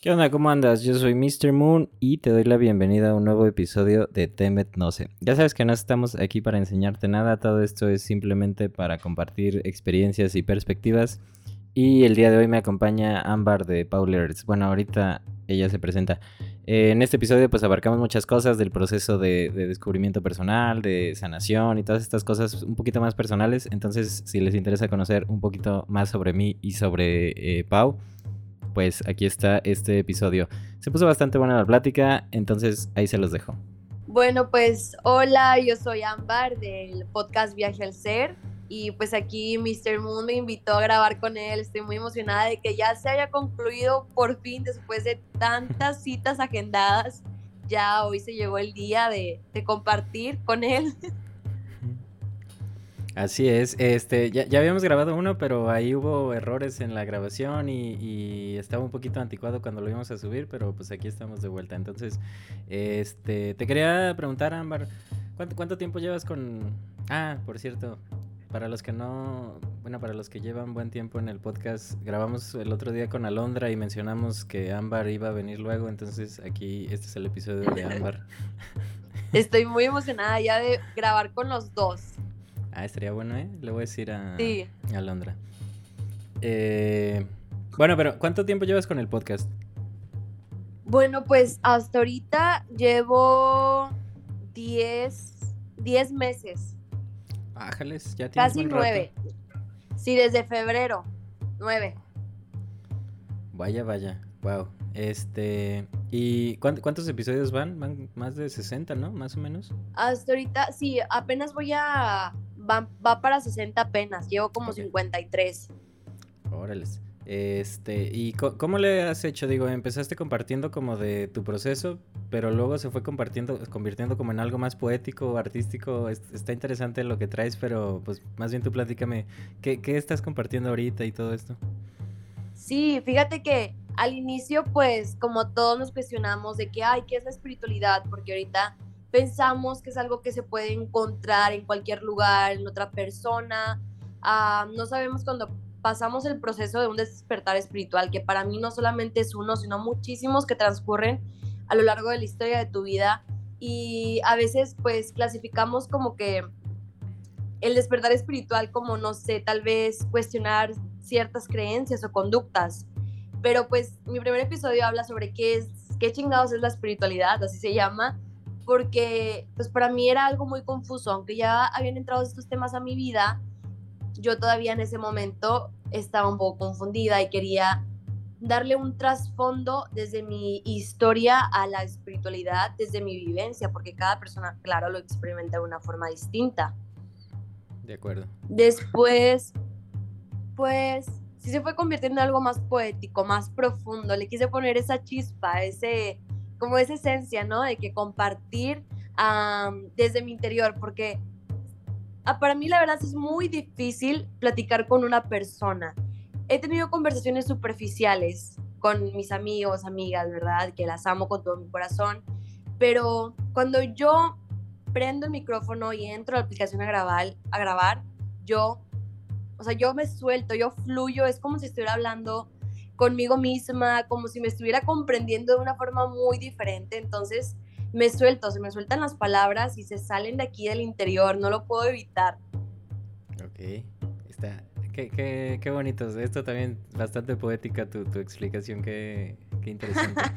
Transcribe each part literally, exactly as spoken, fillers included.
¿Qué onda? ¿Cómo andas? Yo soy míster Moon y te doy la bienvenida a un nuevo episodio de Temet No sé. Ya sabes que no estamos aquí para enseñarte nada, todo esto es simplemente para compartir experiencias y perspectivas. Y el día de hoy me acompaña Ámbar de Paulers. Bueno, ahorita ella se presenta. Eh, en este episodio pues abarcamos muchas cosas del proceso de, de descubrimiento personal, de sanación y todas estas cosas un poquito más personales. Entonces, si les interesa conocer un poquito más sobre mí y sobre eh, Pau, pues aquí está este episodio. Se puso bastante buena la plática, entonces ahí se los dejo. Bueno, pues hola, yo soy Ámbar del podcast Viaje al Ser y pues aquí míster Moon me invitó a grabar con él. Estoy muy emocionada de que ya se haya concluido por fin después de tantas citas agendadas. Ya hoy se llegó el día de, de compartir con él. Así es, este, ya, ya habíamos grabado uno, pero ahí hubo errores en la grabación y, y estaba un poquito anticuado cuando lo íbamos a subir, pero pues aquí estamos de vuelta. Entonces, este, te quería preguntar, Ámbar, ¿cuánto, cuánto tiempo llevas con...? Ah, por cierto, para los que no, bueno, para los que llevan buen tiempo en el podcast, grabamos el otro día con Alondra y mencionamos que Ámbar iba a venir luego, entonces aquí este es el episodio de Ámbar. Estoy muy emocionada ya de grabar con los dos. Ah, estaría bueno, ¿eh? Le voy a decir a, Sí. a Alondra. Eh, bueno, pero ¿cuánto tiempo llevas con el podcast? Bueno, pues hasta ahorita llevo diez diez meses, Ájales, ya tienes casi buen rato. nueve. Sí, desde febrero, nueve. Vaya, vaya, wow. Este, ¿y cuánt- cuántos episodios van? Van más de sesenta, ¿no? Más o menos. Hasta ahorita, sí, apenas voy a... Va, va para sesenta apenas, llevo como Ok, cincuenta y tres. órales. Este, ¿y co- cómo le has hecho? Digo, empezaste compartiendo como de tu proceso, pero luego se fue compartiendo, convirtiendo como en algo más poético, artístico. Es- está interesante lo que traes, pero pues más bien tú platícame, ¿qué, qué estás compartiendo ahorita y todo esto? Sí, fíjate que al inicio, pues, como todos nos cuestionamos de que, ay, ¿qué es la espiritualidad? Porque ahorita pensamos que es algo que se puede encontrar en cualquier lugar, en otra persona. Ah, no sabemos cuando pasamos el proceso de un despertar espiritual, que para mí no solamente es uno, sino muchísimos que transcurren a lo largo de la historia de tu vida. Y a veces, pues, clasificamos como que el despertar espiritual como, no sé, tal vez cuestionar ciertas creencias o conductas. Pero pues mi primer episodio habla sobre qué es, qué chingados es la espiritualidad, así se llama, porque pues para mí era algo muy confuso, aunque ya habían entrado estos temas a mi vida, yo todavía en ese momento estaba un poco confundida y quería darle un trasfondo desde mi historia a la espiritualidad, desde mi vivencia, porque cada persona, claro, lo experimenta de una forma distinta. De acuerdo. Después, pues, sí se fue convirtiendo en algo más poético, más profundo. Le quise poner esa chispa, ese, como esa esencia, ¿no? De que compartir um, desde mi interior, porque ah, para mí la verdad es muy difícil platicar con una persona. He tenido conversaciones superficiales con mis amigos, amigas, ¿verdad? Que las amo con todo mi corazón, pero cuando yo prendo el micrófono y entro a la aplicación a grabar, a grabar, yo, o sea, yo me suelto, yo fluyo, es como si estuviera hablando conmigo misma, como si me estuviera comprendiendo de una forma muy diferente. Entonces me suelto, se me sueltan las palabras y se salen de aquí del interior, no lo puedo evitar. Ok, está. Qué, qué, qué bonito. Esto también bastante poética tu, tu explicación, qué, qué interesante.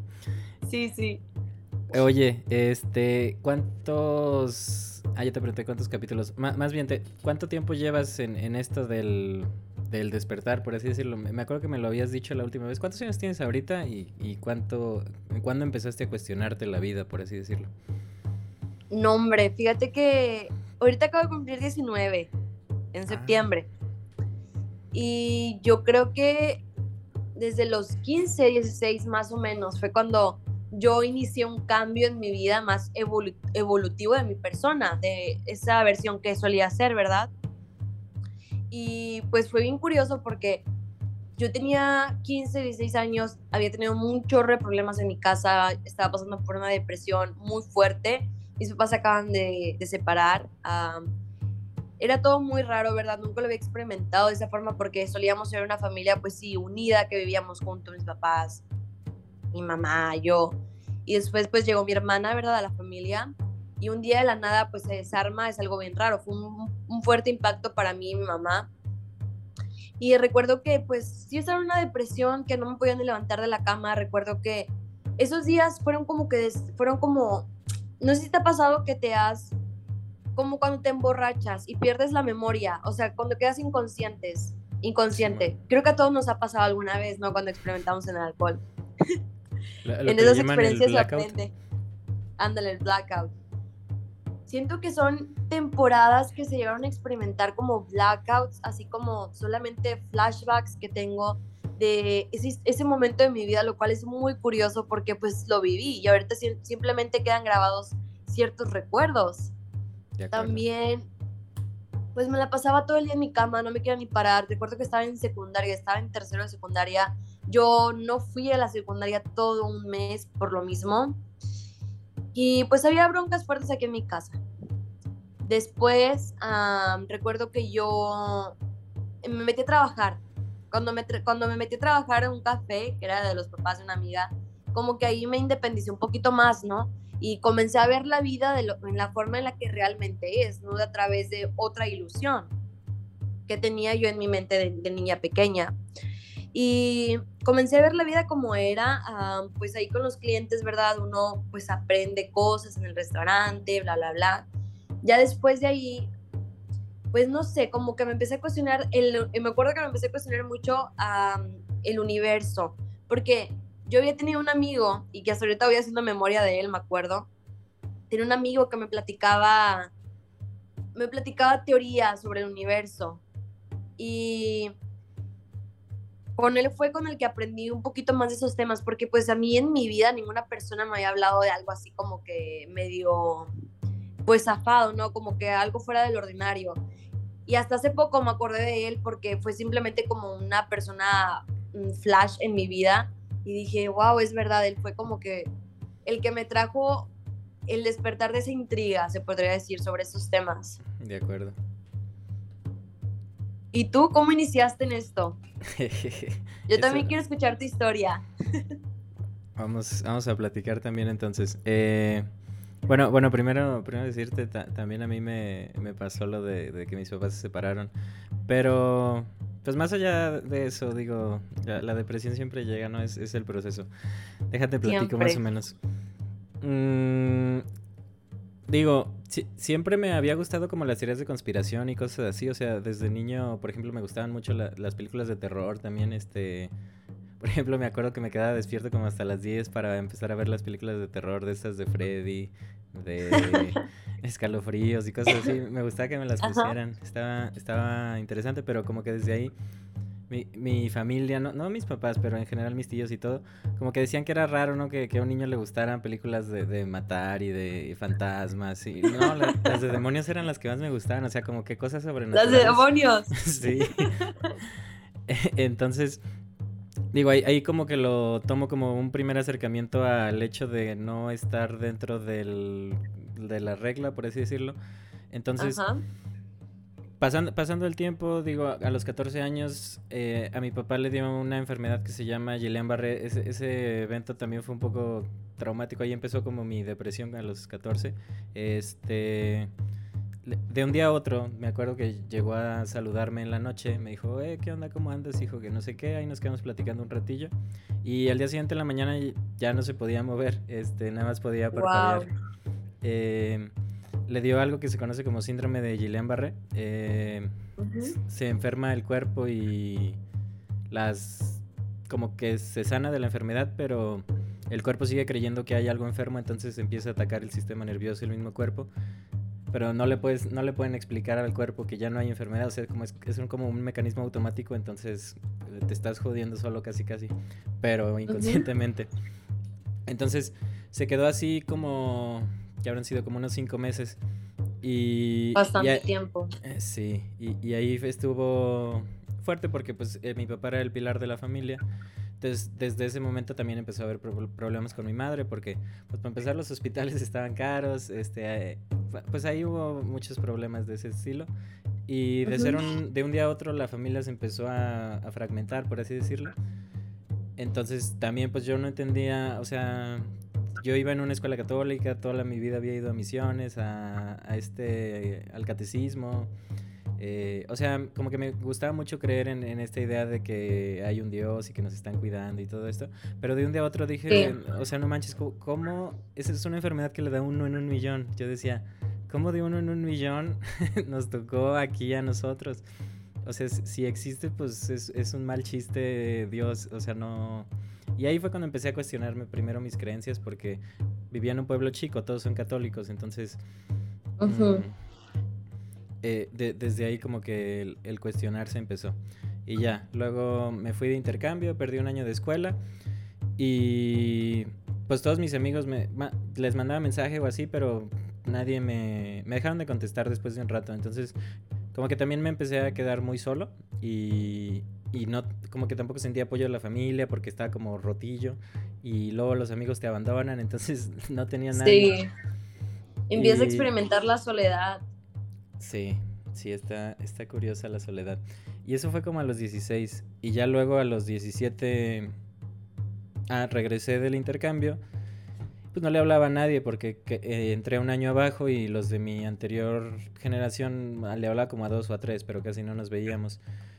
Sí, sí. Oye, este, ¿cuántos... Ah, ya te pregunté cuántos capítulos. M- más bien, te- ¿cuánto tiempo llevas en, en esto del, del despertar, por así decirlo? Me me acuerdo que me lo habías dicho la última vez. ¿Cuántos años tienes ahorita y, y cuánto, cuándo empezaste a cuestionarte la vida, por así decirlo? No, hombre, fíjate que ahorita acabo de cumplir diecinueve en Ah, septiembre y yo creo que desde los quince, dieciséis más o menos fue cuando yo inicié un cambio en mi vida más evolu evolutivo de mi persona, de esa versión que solía ser, ¿verdad? Y pues fue bien curioso porque yo tenía quince, dieciséis años, había tenido muchos problemas en mi casa, estaba pasando por una depresión muy fuerte, mis papás se acaban de, de separar, um, era todo muy raro, ¿verdad? Nunca lo había experimentado de esa forma porque solíamos ser una familia, pues sí, unida, que vivíamos juntos, mis papás. mi mamá, yo. Y después pues llegó mi hermana, ¿verdad? A la familia. Y un día de la nada pues se desarma, es algo bien raro. Fue un, un fuerte impacto para mí y mi mamá. Y recuerdo que pues yo estaba en una depresión, que no me podía ni levantar de la cama. Recuerdo que esos días fueron como que, des, fueron como, no sé si te ha pasado que te has, como cuando te emborrachas y pierdes la memoria, o sea, cuando quedas inconscientes, inconsciente. Sí, Creo que a todos nos ha pasado alguna vez, ¿no? Cuando experimentamos en el alcohol. lo, lo En que le esas llaman el experiencias se blackout. aprende. Ándale, el blackout. Siento que son temporadas que se llegaron a experimentar como blackouts, así como solamente flashbacks que tengo de ese, ese momento de mi vida, lo cual es muy curioso porque pues lo viví y ahorita si, simplemente quedan grabados ciertos recuerdos. De acuerdo. También, pues me la pasaba todo el día en mi cama, no me quería ni parar. Recuerdo que estaba en secundaria, estaba en tercero de secundaria. Yo no fui a la secundaria todo un mes por lo mismo. Y pues había broncas fuertes aquí en mi casa. Después, um, recuerdo que yo me metí a trabajar. Cuando me, cuando me metí a trabajar en un café, que era de los papás de una amiga, como que ahí me independicé un poquito más, ¿no? Y comencé a ver la vida de lo, en la forma en la que realmente es, no a través de otra ilusión que tenía yo en mi mente de, de niña pequeña. Y comencé a ver la vida como era, um, pues ahí con los clientes, ¿verdad? Uno pues aprende cosas en el restaurante, bla, bla, bla. Ya después de ahí, pues no sé, como que me empecé a cuestionar, el, me acuerdo que me empecé a cuestionar mucho um, el universo, porque yo había tenido un amigo, y que hasta ahorita voy haciendo memoria de él, me acuerdo, tenía un amigo que me platicaba, me platicaba teorías sobre el universo, y con él fue con el que aprendí un poquito más de esos temas, porque pues a mí en mi vida ninguna persona me había hablado de algo así como que medio, pues zafado, ¿no? Como que algo fuera del ordinario. Y hasta hace poco me acordé de él porque fue simplemente como una persona, un flash en mi vida. Y dije, wow, es verdad, él fue como que el que me trajo el despertar de esa intriga, se podría decir, sobre esos temas. De acuerdo. ¿Y tú cómo iniciaste en esto? Yo Eso, también quiero escuchar tu historia. vamos, vamos a platicar también entonces. Eh, bueno, bueno, primero, primero decirte, ta- también a mí me, me pasó lo de, de que mis papás se separaron. Pero, pues más allá de eso, digo, la, la depresión siempre llega, ¿no? Es, es el proceso. Déjate platico más o Siempre. menos. Mm, digo, si- siempre me había gustado como las teorías de conspiración y cosas así. O sea, desde niño, por ejemplo, me gustaban mucho la- las películas de terror también, este... Por ejemplo, me acuerdo que me quedaba despierto como hasta las diez para empezar a ver las películas de terror de estas de Freddy, de escalofríos y cosas así. Me gustaba que me las Ajá. pusieran. Estaba, estaba interesante, pero como que desde ahí mi, mi familia, no, no mis papás, pero en general mis tíos y todo, como que decían que era raro, ¿no? Que, que a un niño le gustaran películas de, de matar y de fantasmas. Y no, la- las de demonios eran las que más me gustaban. O sea, como que cosas Las de sobrenaturales. demonios. Sí. Entonces... Digo, ahí, ahí como que lo tomo como un primer acercamiento al hecho de no estar dentro del, de la regla, por así decirlo. Entonces, Ajá. pasando, pasando el tiempo, digo, a, a los catorce años, eh, a mi papá le dio una enfermedad que se llama Guillain-Barré. Ese, ese evento también fue un poco traumático. Ahí empezó como mi depresión a los catorce. Este... De un día a otro, me acuerdo que llegó a saludarme en la noche, me dijo, eh, ¿qué onda? ¿Cómo andas, hijo? Que no sé qué, ahí nos quedamos platicando un ratillo. Y al día siguiente en la mañana ya no se podía mover, este, nada más podía parpadear. Wow. Eh, le dio algo que se conoce como síndrome de Guillain-Barré. Eh, Uh-huh. se enferma el cuerpo y las... como que se sana de la enfermedad, pero el cuerpo sigue creyendo que hay algo enfermo, entonces empieza a atacar el sistema nervioso y el mismo cuerpo. Pero no le puedes no le pueden explicar al cuerpo que ya no hay enfermedad, o sea, como es, es un, como un mecanismo automático, entonces te estás jodiendo solo casi casi, pero Uh-huh. inconscientemente. Entonces se quedó así como, que habrán sido como unos cinco meses. Y, y Bastante a- tiempo. eh, sí, y, y ahí estuvo fuerte porque pues eh, mi papá era el pilar de la familia. Entonces, desde ese momento también empezó a haber pro- problemas con mi madre porque, pues, para empezar, los hospitales estaban caros, este, eh, pues ahí hubo muchos problemas de ese estilo. Y de ser Uh-huh. un, de un día a otro la familia se empezó a, a fragmentar, por así decirlo. entonces también pues yo no entendía, o sea, yo iba en una escuela católica, toda la, mi vida había ido a misiones, a, a este, al catecismo. Eh, o sea, como que me gustaba mucho creer en, en esta idea de que hay un Dios y que nos están cuidando y todo esto. Pero de un día a otro Sí. dije, o sea, no manches, ¿cómo? cómo esa es una enfermedad que le da uno en un millón. Yo decía, ¿cómo de uno en un millón nos tocó aquí a nosotros? O sea, si existe, pues es, es un mal chiste, Dios. O sea, no... Y ahí fue cuando empecé a cuestionarme primero mis creencias porque vivía en un pueblo chico, todos son católicos, entonces... Ujú. mmm, eh, de, desde ahí como que el, el cuestionarse empezó. Y ya, luego me fui de intercambio, perdí un año de escuela y pues todos mis amigos me, ma, les mandaba mensaje o así, pero nadie me, me dejaron de contestar después de un rato. Entonces como que también me empecé a quedar muy solo y, y no, como que tampoco sentía apoyo de la familia porque estaba como rotillo y luego los amigos te abandonan, entonces no tenía nadie. Sí, empiezas a Y experimentar la soledad. sí, sí, está, está curiosa la soledad. Y eso fue como a los dieciséis. Y ya luego a los diecisiete, ah, regresé del intercambio. Pues no le hablaba a nadie porque que, eh, entré un año abajo y los de mi anterior generación le hablaba como a dos o a tres, pero casi no nos veíamos.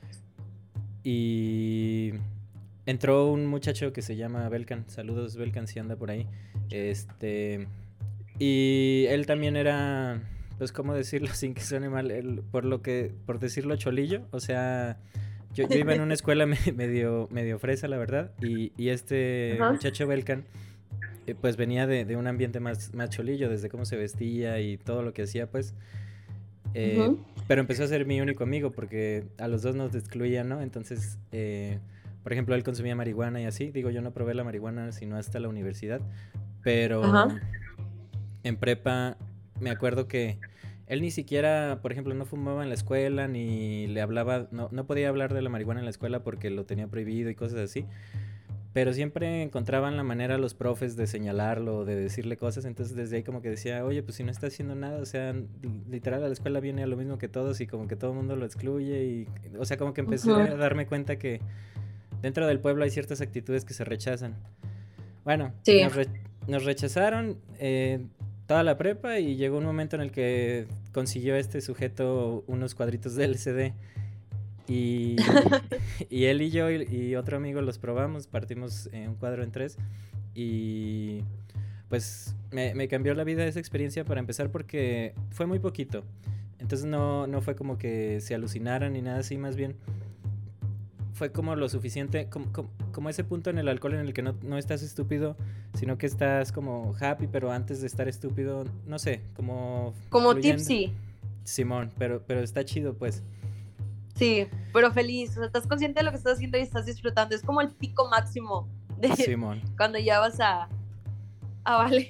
Y entró un muchacho que se llama Belkan. Saludos, Belkan, si anda por ahí. Este. Y él también era, pues, ¿cómo decirlo sin que suene mal? Él, por lo que, por decirlo cholillo, o sea, yo, yo iba en una escuela me, medio, medio fresa, la verdad, y, y este Ajá. muchacho Belkan, eh, pues venía de, de un ambiente más, más cholillo, desde cómo se vestía y todo lo que hacía, pues, eh, Ujú. pero empezó a ser mi único amigo porque a los dos nos excluían, ¿no? Entonces, eh, por ejemplo, él consumía marihuana y así, digo, yo no probé la marihuana sino hasta la universidad, pero Ajá. en prepa me acuerdo que él ni siquiera, por ejemplo, no fumaba en la escuela, ni le hablaba, no, no podía hablar de la marihuana en la escuela porque lo tenía prohibido y cosas así. Pero siempre encontraban la manera los profes de señalarlo, de decirle cosas. Entonces desde ahí como que decía, oye, pues si no está haciendo nada, o sea, literal a la escuela viene a lo mismo que todos y como que todo el mundo lo excluye. Y, o sea, como que empecé Ujú. a darme cuenta que dentro del pueblo hay ciertas actitudes que se rechazan. Bueno, Sí. nos, re nos rechazaron eh, toda la prepa y llegó un momento en el que consiguió este sujeto unos cuadritos de L C D y, y él y yo y, y otro amigo los probamos, partimos eh, un cuadro en tres y pues me, me cambió la vida esa experiencia para empezar porque fue muy poquito. Entonces no, no fue como que se alucinaran ni nada así, más bien fue como lo suficiente, como, como, como ese punto en el alcohol en el que no, no estás estúpido, sino que estás como happy, pero antes de estar estúpido, no sé, como Como fluyendo. tipsy. Simón, pero, pero está chido, pues. Sí, pero feliz. O sea, estás consciente de lo que estás haciendo y estás disfrutando. Es como el pico máximo de Simón. cuando ya vas a, a valer.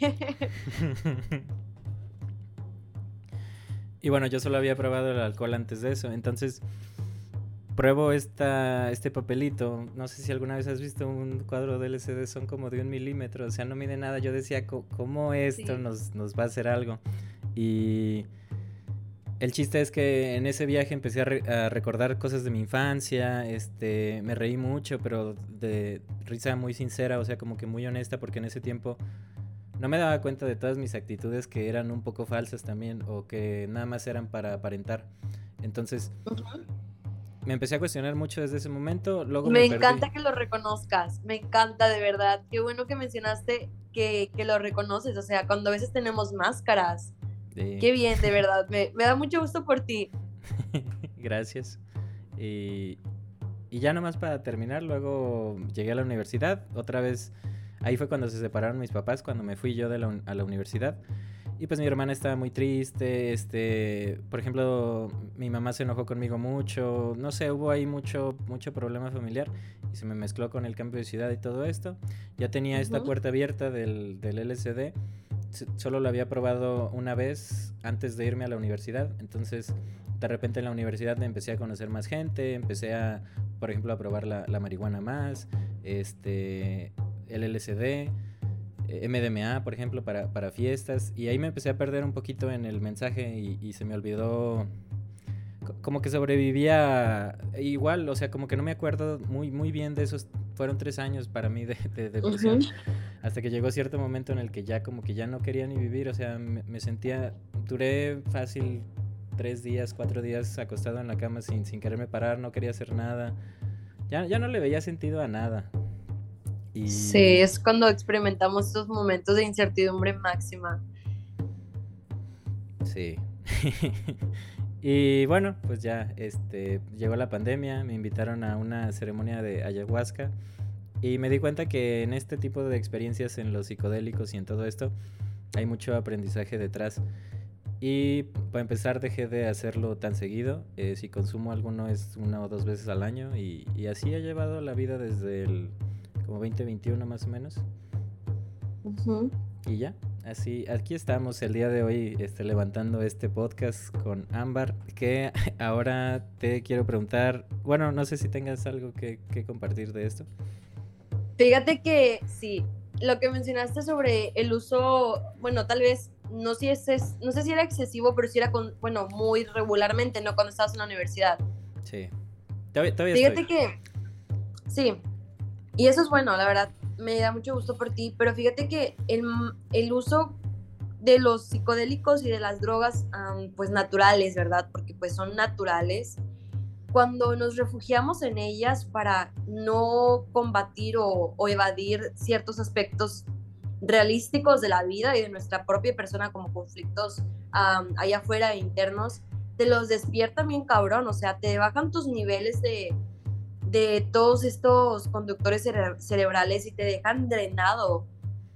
Y bueno, yo solo había probado el alcohol antes de eso, entonces pruebo esta, este papelito. No sé si alguna vez has visto un cuadro de L C D, son como de un milímetro, o sea, no mide nada. Yo decía, ¿cómo esto Sí. nos, nos va a hacer algo? Y el chiste es que en ese viaje empecé a, re a, recordar cosas de mi infancia, este, me reí mucho, pero de risa muy sincera, o sea, como que muy honesta, porque en ese tiempo no me daba cuenta de todas mis actitudes que eran un poco falsas también, o que nada más eran para aparentar. Entonces, Uh-huh. me empecé a cuestionar mucho desde ese momento, luego me Me perdí. encanta que lo reconozcas, me encanta de verdad. Qué bueno que mencionaste que, que lo reconoces, o sea, cuando a veces tenemos máscaras. De... Qué bien, de verdad, me, me da mucho gusto por ti. Gracias. Y, y ya nomás para terminar, luego llegué a la universidad, otra vez, ahí fue cuando se separaron mis papás, cuando me fui yo de la, a la universidad. Y pues mi hermana estaba muy triste, este, por ejemplo, mi mamá se enojó conmigo mucho, no sé, hubo ahí mucho, mucho problema familiar y se me mezcló con el cambio de ciudad y todo esto. Ya tenía esta Uh-huh. puerta abierta del, del L C D, solo lo había probado una vez antes de irme a la universidad, entonces de repente en la universidad empecé a conocer más gente, empecé a, por ejemplo, a probar la, la marihuana más, este, el L S D, M D M A, por ejemplo, para, para fiestas, y ahí me empecé a perder un poquito en el mensaje y, y se me olvidó, como que sobrevivía igual, o sea, como que no me acuerdo muy, muy bien de esos fueron tres años para mí de, de depresión, Ujú. hasta que llegó cierto momento en el que ya como que ya no quería ni vivir, o sea, me, me sentía, duré fácil tres días, cuatro días acostado en la cama sin, sin quererme parar, no quería hacer nada, ya, ya no le veía sentido a nada. Sí, Y es cuando experimentamos estos momentos de incertidumbre máxima. sí. Y bueno, pues ya este, llegó la pandemia, me invitaron a una ceremonia de ayahuasca y me di cuenta que en este tipo de experiencias, en los psicodélicos y en todo esto, hay mucho aprendizaje detrás. Y para empezar dejé de hacerlo tan seguido, eh, si consumo alguno es una o dos veces al año y, y así he llevado la vida desde el como veinte veintiuno más o menos. Ujú. Y ya, así, aquí estamos el día de hoy este, levantando este podcast con Ámbar, que ahora te quiero preguntar, bueno, no sé si tengas algo que, que compartir de esto. Fíjate que sí, lo que mencionaste sobre el uso, bueno, tal vez, no, si es, es- no sé si era excesivo, pero sí era, con, bueno, muy regularmente, ¿no? Cuando estabas en la universidad. Sí, todavía, todavía estoy. Fíjate que, sí, y eso es bueno, la verdad, me da mucho gusto por ti, pero fíjate que el, el uso de los psicodélicos y de las drogas, um, pues naturales, ¿verdad? Porque pues son naturales. Cuando nos refugiamos en ellas para no combatir o, o evadir ciertos aspectos realísticos de la vida y de nuestra propia persona como conflictos um, allá afuera e internos, te los despiertan bien cabrón, o sea, te bajan tus niveles de, de todos estos conductores cere cerebrales y te dejan drenado.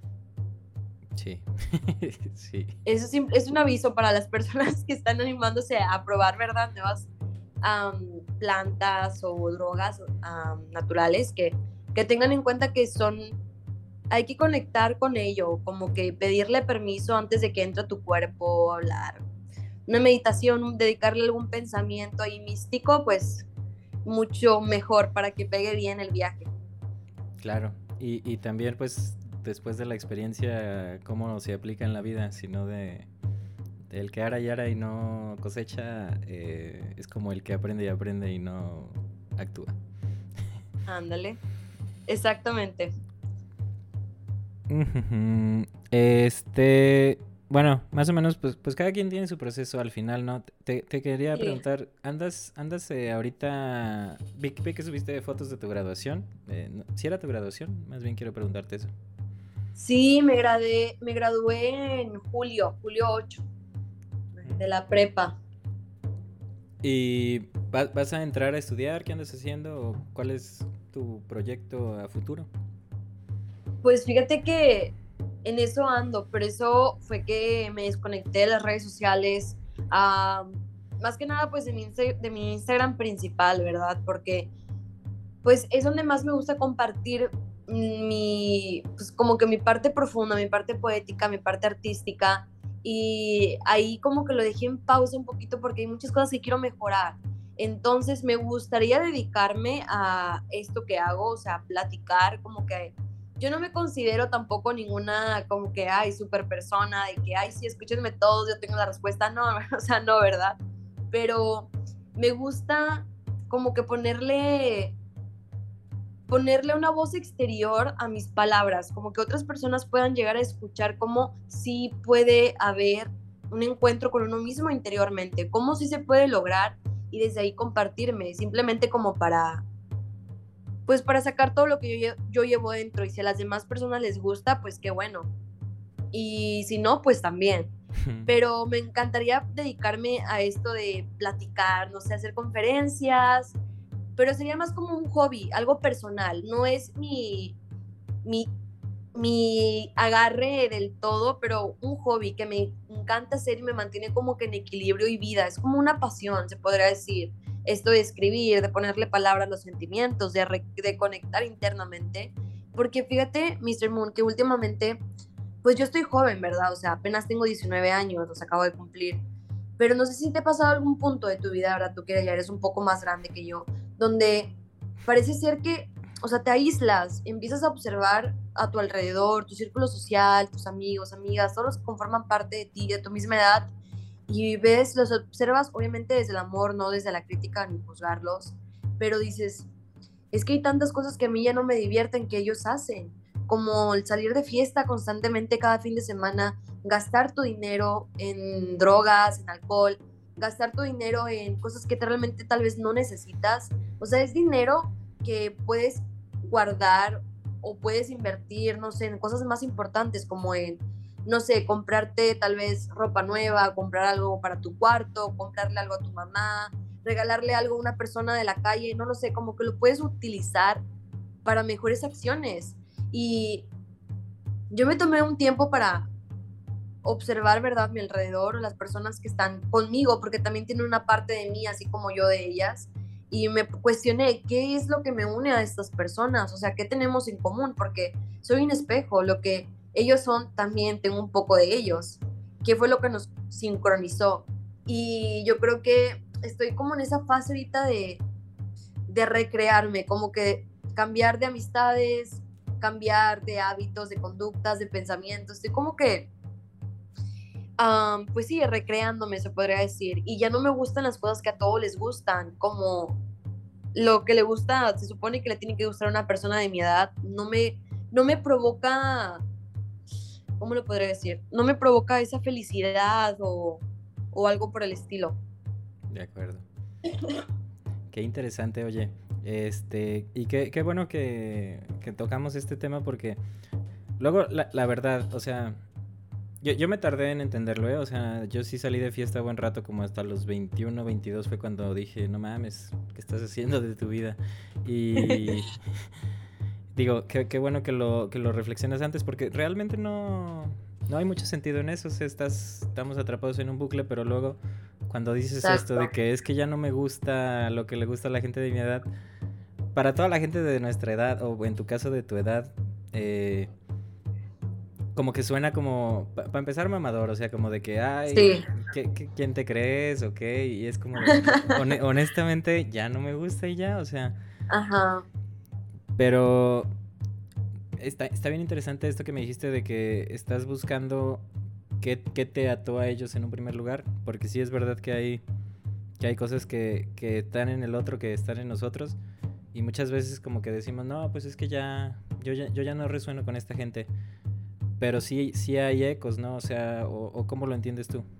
Sí, sí. Eso es, es, un aviso para las personas que están animándose a probar, ¿verdad? Nuevas um, plantas o drogas um, naturales, que, que tengan en cuenta que son, hay que conectar con ello, como que pedirle permiso antes de que entre a tu cuerpo, hablar. Una meditación, dedicarle algún pensamiento ahí místico, pues mucho mejor para que pegue bien el viaje. Claro, y, y también pues después de la experiencia, cómo se aplica en la vida, sino de el que ara y ara y no cosecha, eh, es como el que aprende y aprende y no actúa. Ándale, exactamente. Este, bueno, más o menos, pues, pues cada quien tiene su proceso al final, ¿no? Te, te quería Sí. preguntar, ¿andas, andas eh, ahorita, vi, vi que subiste fotos de tu graduación? Eh, no, ¿sí era tu graduación? Más bien quiero preguntarte eso. Sí, me gradué, me gradué en julio, julio ocho, de la prepa. ¿Y va- vas a entrar a estudiar? ¿Qué andas haciendo? ¿O cuál es tu proyecto a futuro? Pues fíjate que en eso ando, pero eso fue que me desconecté de las redes sociales, ah, más que nada pues de mi, Insta- de mi Instagram principal, ¿verdad? Porque pues es donde más me gusta compartir mi, pues como que mi parte profunda, mi parte poética, mi parte artística, y ahí como que lo dejé en pausa un poquito porque hay muchas cosas que quiero mejorar. Entonces me gustaría dedicarme a esto que hago, o sea, platicar, como que yo no me considero tampoco ninguna como que, ay, super persona, de que, ay, sí, escúchenme todos, yo tengo la respuesta, no, o sea, no, ¿verdad? Pero me gusta como que ponerle ponerle una voz exterior a mis palabras, como que otras personas puedan llegar a escuchar cómo sí puede haber un encuentro con uno mismo interiormente, cómo sí se puede lograr y desde ahí compartirme, simplemente como para, pues para sacar todo lo que yo, yo llevo dentro y si a las demás personas les gusta, pues qué bueno. Y si no, pues también. Pero me encantaría dedicarme a esto de platicar, no sé, hacer conferencias, pero sería más como un hobby, algo personal, no es mi, mi, mi agarre del todo, pero un hobby que me encanta hacer y me mantiene como que en equilibrio y vida, es como una pasión, se podría decir, esto de escribir, de ponerle palabras a los sentimientos, de, re, de conectar internamente, porque fíjate, mister Moon, que últimamente, pues yo estoy joven, ¿verdad? O sea, apenas tengo diecinueve años, los acabo de cumplir, pero no sé si te ha pasado algún punto de tu vida, ¿verdad? Tú que ya eres un poco más grande que yo, donde parece ser que, o sea, te aíslas, empiezas a observar a tu alrededor, tu círculo social, tus amigos, amigas, todos los que conforman parte de ti, de tu misma edad, y ves, los observas obviamente desde el amor, no desde la crítica ni juzgarlos, pero dices, es que hay tantas cosas que a mí ya no me divierten que ellos hacen, como el salir de fiesta constantemente cada fin de semana, gastar tu dinero en drogas, en alcohol, gastar tu dinero en cosas que realmente tal vez no necesitas. O sea, es dinero que puedes guardar o puedes invertir, no sé, en cosas más importantes como en, no sé, comprarte tal vez ropa nueva, comprar algo para tu cuarto, comprarle algo a tu mamá, regalarle algo a una persona de la calle, no lo sé, como que lo puedes utilizar para mejores acciones. Y yo me tomé un tiempo para observar, ¿verdad?, mi alrededor, las personas que están conmigo, porque también tienen una parte de mí, así como yo de ellas, y me cuestioné, ¿qué es lo que me une a estas personas? O sea, ¿qué tenemos en común? Porque soy un espejo, lo que ellos son, también tengo un poco de ellos. ¿Qué fue lo que nos sincronizó? Y yo creo que estoy como en esa fase ahorita de, de recrearme, como que cambiar de amistades, cambiar de hábitos, de conductas, de pensamientos. Estoy como que um, pues sí, recreándome, se podría decir. Y ya no me gustan las cosas que a todos les gustan, como lo que le gusta, se supone que le tiene que gustar a una persona de mi edad, no me, no me provoca, ¿cómo lo podría decir? No me provoca esa felicidad o, o algo por el estilo. De acuerdo. Qué interesante, oye. Este, y qué, qué bueno que, que tocamos este tema porque luego, la, la verdad, o sea, yo, yo me tardé en entenderlo, ¿eh? O sea, yo sí salí de fiesta buen rato, como hasta los veintiuno, veintidós fue cuando dije, no mames, ¿qué estás haciendo de tu vida? Y digo, qué, qué bueno que lo, que lo reflexionas antes porque realmente no, no hay mucho sentido en eso. O sea, estás, estamos atrapados en un bucle, pero luego cuando dices esto Exacto. de que es que ya no me gusta lo que le gusta a la gente de mi edad, para toda la gente de nuestra edad, o en tu caso de tu edad, eh, como que suena como, para pa empezar, mamador, o sea, como de que, Sí. ay, ¿qué, qué, quién te crees? ¿O qué? Y es como de, hon honestamente, ya no me gusta y ya, o sea, Ajá. pero está, está bien interesante esto que me dijiste de que estás buscando qué, qué te ató a ellos en un primer lugar, porque sí es verdad que hay, que hay cosas que, que están en el otro que están en nosotros, y muchas veces como que decimos, no, pues es que ya yo, ya, yo ya no resueno con esta gente, pero sí, sí hay ecos, ¿no? O sea, o, o ¿cómo lo entiendes tú?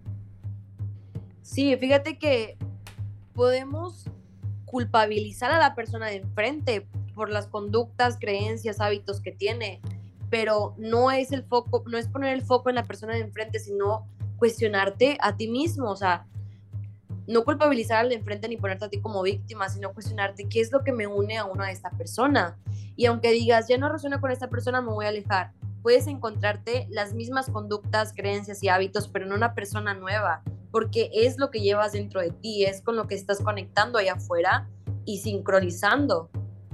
Sí, fíjate que podemos culpabilizar a la persona de enfrente por las conductas, creencias, hábitos que tiene, pero no es el foco, no es poner el foco en la persona de enfrente, sino cuestionarte a ti mismo, o sea, no culpabilizar al de enfrente ni ponerte a ti como víctima, sino cuestionarte qué es lo que me une a una de esta persona. Y aunque digas, ya no resuena con esta persona, me voy a alejar, puedes encontrarte las mismas conductas, creencias y hábitos, pero en una persona nueva, porque es lo que llevas dentro de ti, es con lo que estás conectando allá afuera y sincronizando.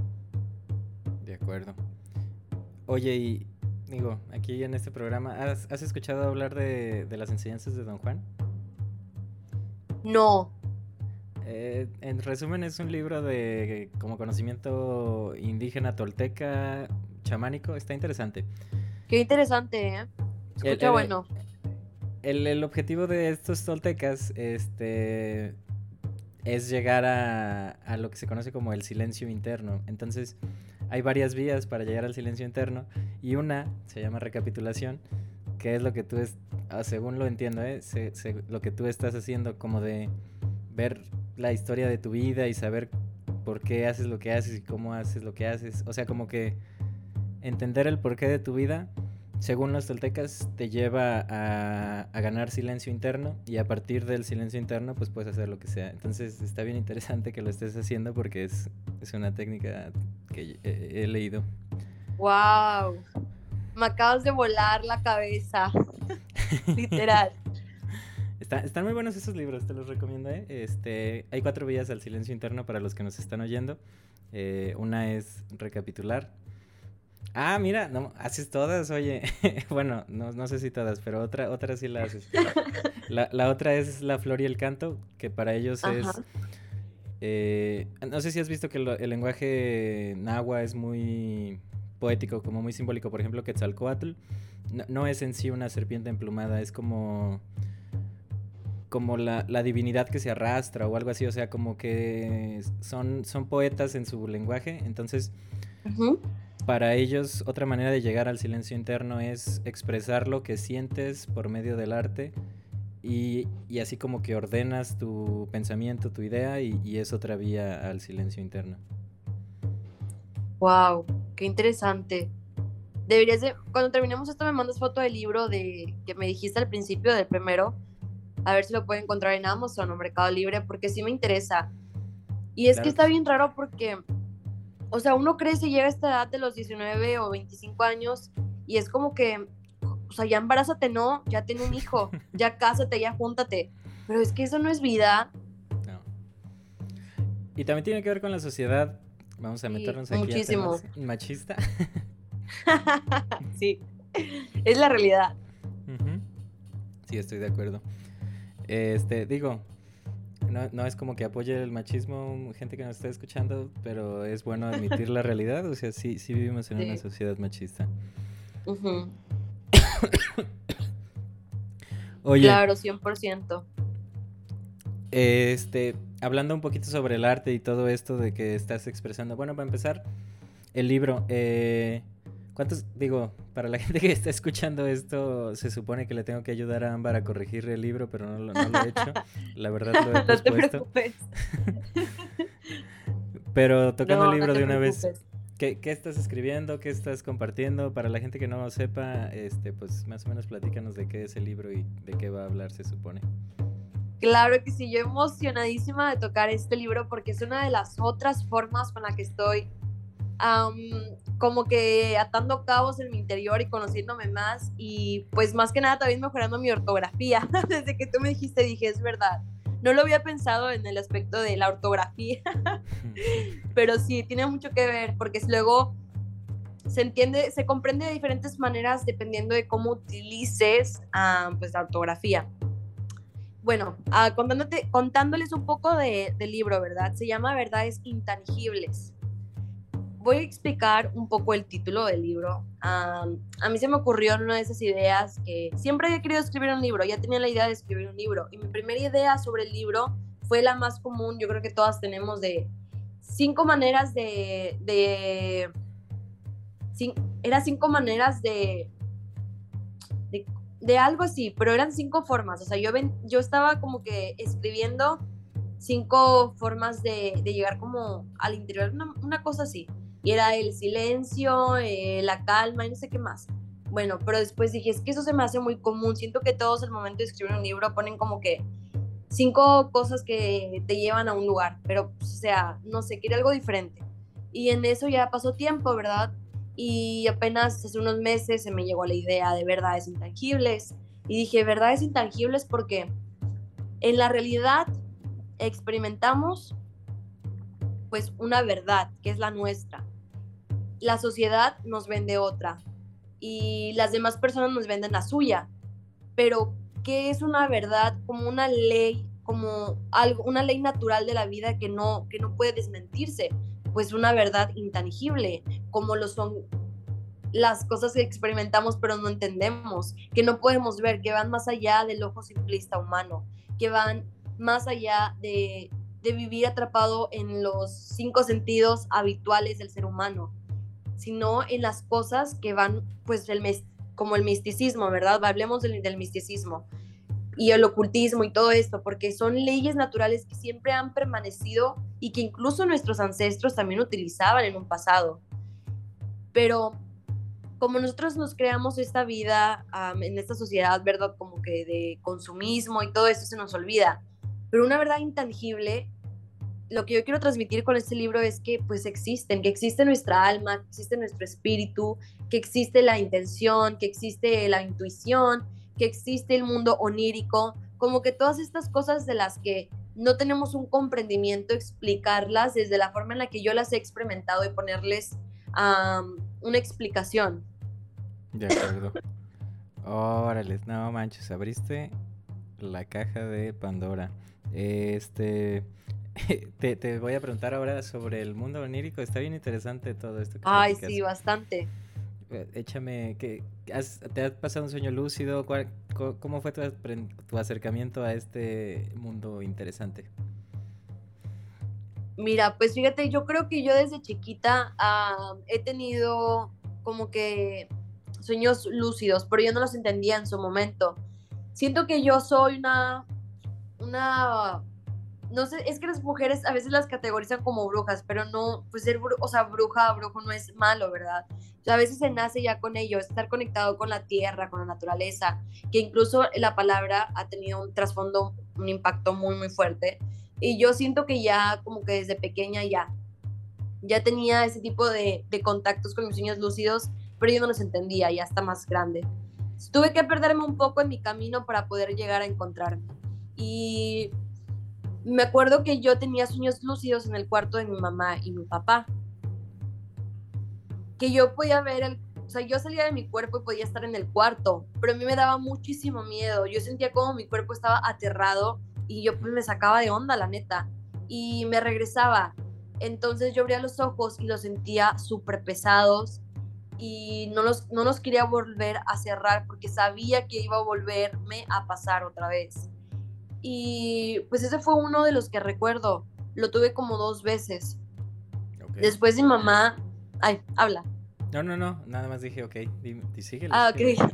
De acuerdo. Oye, y digo, aquí en este programa, ¿has, has escuchado hablar de, de las enseñanzas de Don Juan? No, Eh, en resumen, es un libro de como conocimiento indígena, tolteca, chamánico. Está interesante. qué interesante, ¿eh? El, Escucha, el, bueno. el, el objetivo de estos toltecas este, es llegar a, a lo que se conoce como el silencio interno. Entonces, hay varias vías para llegar al silencio interno y una se llama recapitulación, que es lo que tú, es, según lo entiendo, ¿eh? se, se, lo que tú estás haciendo, como de ver la historia de tu vida y saber por qué haces lo que haces y cómo haces lo que haces. O sea, como que entender el porqué de tu vida, según los toltecas, te lleva a, a ganar silencio interno y a partir del silencio interno pues puedes hacer lo que sea. Entonces está bien interesante que lo estés haciendo porque es, es una técnica que he, he leído. Wow, me acabas de volar la cabeza, literal. Está, están muy buenos esos libros, te los recomiendo. ¿eh? Este, hay cuatro vías al silencio interno para los que nos están oyendo. Eh, una es recapitular. Ah, mira, no, haces todas, oye. Bueno, no, no sé si todas, pero otra, otra sí la haces. La, la otra es la flor y el canto, que para ellos Ajá. es... Eh, no sé si has visto que lo, el lenguaje náhuatl es muy poético, como muy simbólico. Por ejemplo, Quetzalcóatl no, no es en sí una serpiente emplumada, es como como la, la divinidad que se arrastra o algo así, o sea, como que son, son poetas en su lenguaje, entonces uh-huh. para ellos otra manera de llegar al silencio interno es expresar lo que sientes por medio del arte y, y así como que ordenas tu pensamiento, tu idea y, y es otra vía al silencio interno. Wow, qué interesante. Deberías de, cuando terminemos esto me mandas foto del libro de que me dijiste al principio del primero, a ver si lo puedo encontrar en Amazon o Mercado Libre, porque sí me interesa. Y es claro que está bien raro porque, o sea, uno crece y llega a esta edad de los diecinueve o veinticinco años y es como que, o sea, ya embarázate, no, ya ten un hijo, ya cásate, ya júntate. Pero es que eso no es vida. No. Y también tiene que ver con la sociedad. Vamos a meternos sí, aquí muchísimo. a temas machista. Sí, es la realidad. Uh-huh. Sí, estoy de acuerdo. Este, digo, no, no es como que apoye el machismo gente que nos está escuchando, pero es bueno admitir la realidad. O sea, sí, sí vivimos en sí. una sociedad machista. Uh-huh. Oye. Claro, cien por ciento. Este, hablando un poquito sobre el arte y todo esto de que estás expresando. Bueno, para empezar, el libro. Eh, ¿Cuántos, digo, para la gente que está escuchando esto, se supone que le tengo que ayudar a Ámbar a corregir el libro, pero no, no lo he hecho. La verdad lo he no pospuesto. te preocupes. Pero tocando no, el libro no de una preocupes. vez, ¿qué, ¿qué estás escribiendo? ¿Qué estás compartiendo? Para la gente que no lo sepa, este, pues más o menos platícanos de qué es el libro y de qué va a hablar, se supone. Claro que sí, yo emocionadísima de tocar este libro porque es una de las otras formas con la que estoy um, como que atando cabos en mi interior y conociéndome más y pues más que nada también mejorando mi ortografía. Desde que tú me dijiste dije, es verdad, no lo había pensado en el aspecto de la ortografía, pero sí, tiene mucho que ver porque luego se entiende, se comprende de diferentes maneras dependiendo de cómo utilices um, pues la ortografía. Bueno, uh, contándote, contándoles un poco de, del libro, ¿verdad? Se llama Verdades Intangibles. Voy a explicar un poco el título del libro. Um, a mí se me ocurrió una de esas ideas que siempre había querido escribir un libro, ya tenía la idea de escribir un libro. Y mi primera idea sobre el libro fue la más común, yo creo que todas tenemos, de cinco maneras de... de cin, era cinco maneras de... de de algo así, pero eran cinco formas, o sea, yo, ven, yo estaba como que escribiendo cinco formas de, de llegar como al interior, una, una cosa así, y era el silencio, eh, la calma y no sé qué más. Bueno, pero después dije, es que eso se me hace muy común, siento que todos al momento de escribir un libro ponen como que cinco cosas que te llevan a un lugar, pero o sea, no sé, quería algo diferente, y en eso ya pasó tiempo, ¿verdad? Y apenas hace unos meses se me llegó la idea de verdades intangibles y dije verdades intangibles porque en la realidad experimentamos pues una verdad que es la nuestra, la sociedad nos vende otra y las demás personas nos venden la suya, pero ¿qué es una verdad? Como una ley, como algo, una ley natural de la vida que no, que no puede desmentirse, pues una verdad intangible, como lo son las cosas que experimentamos pero no entendemos, que no podemos ver, que van más allá del ojo simplista humano, que van más allá de, de vivir atrapado en los cinco sentidos habituales del ser humano, sino en las cosas que van, pues, el, como el misticismo, ¿verdad? Hablemos del, del misticismo y el ocultismo y todo esto, porque son leyes naturales que siempre han permanecido y que incluso nuestros ancestros también utilizaban en un pasado. Pero como nosotros nos creamos esta vida um, en esta sociedad, ¿verdad? Como que de consumismo y todo esto se nos olvida. Pero una verdad intangible, lo que yo quiero transmitir con este libro es que pues existen, que existe nuestra alma, que existe nuestro espíritu, que existe la intención, que existe la intuición, que existe el mundo onírico, como que todas estas cosas de las que no tenemos un comprendimiento, explicarlas desde la forma en la que yo las he experimentado y ponerles um, una explicación. De acuerdo. Órale, no manches, abriste la caja de Pandora. Este, te, te voy a preguntar ahora sobre el mundo onírico. Está bien interesante todo esto que Ay, platicas. sí, bastante. échame, ¿qué, has, ¿te has pasado un sueño lúcido? ¿Cuál, ¿Cómo fue tu, tu acercamiento a este mundo interesante? Mira, pues fíjate, yo creo que yo desde chiquita uh, he tenido como que sueños lúcidos, pero yo no los entendía en su momento. Siento que yo soy una, una, no sé, es que las mujeres a veces las categorizan como brujas, pero no, pues ser, o sea, bruja, brujo no es malo, ¿verdad? O sea, a veces se nace ya con ello, estar conectado con la tierra, con la naturaleza, que incluso la palabra ha tenido un trasfondo, un impacto muy, muy fuerte. Y yo siento que ya como que desde pequeña ya, ya tenía ese tipo de, de contactos con mis sueños lúcidos, pero yo no los entendía, ya hasta más grande. Tuve que perderme un poco en mi camino para poder llegar a encontrarme. Y me acuerdo que yo tenía sueños lúcidos en el cuarto de mi mamá y mi papá, que yo podía ver el, o sea, yo salía de mi cuerpo y podía estar en el cuarto, pero a mí me daba muchísimo miedo. Yo sentía como mi cuerpo estaba aterrado y yo pues me sacaba de onda, la neta, y me regresaba. Entonces yo abría los ojos y los sentía súper pesados y no los, no los quería volver a cerrar porque sabía que iba a volverme a pasar otra vez. Y pues ese fue uno de los que recuerdo. Lo tuve como dos veces. Okay. Después mi mamá... Ay, habla. No, no, no, nada más dije, ok, dime, síguele. Ah, ok.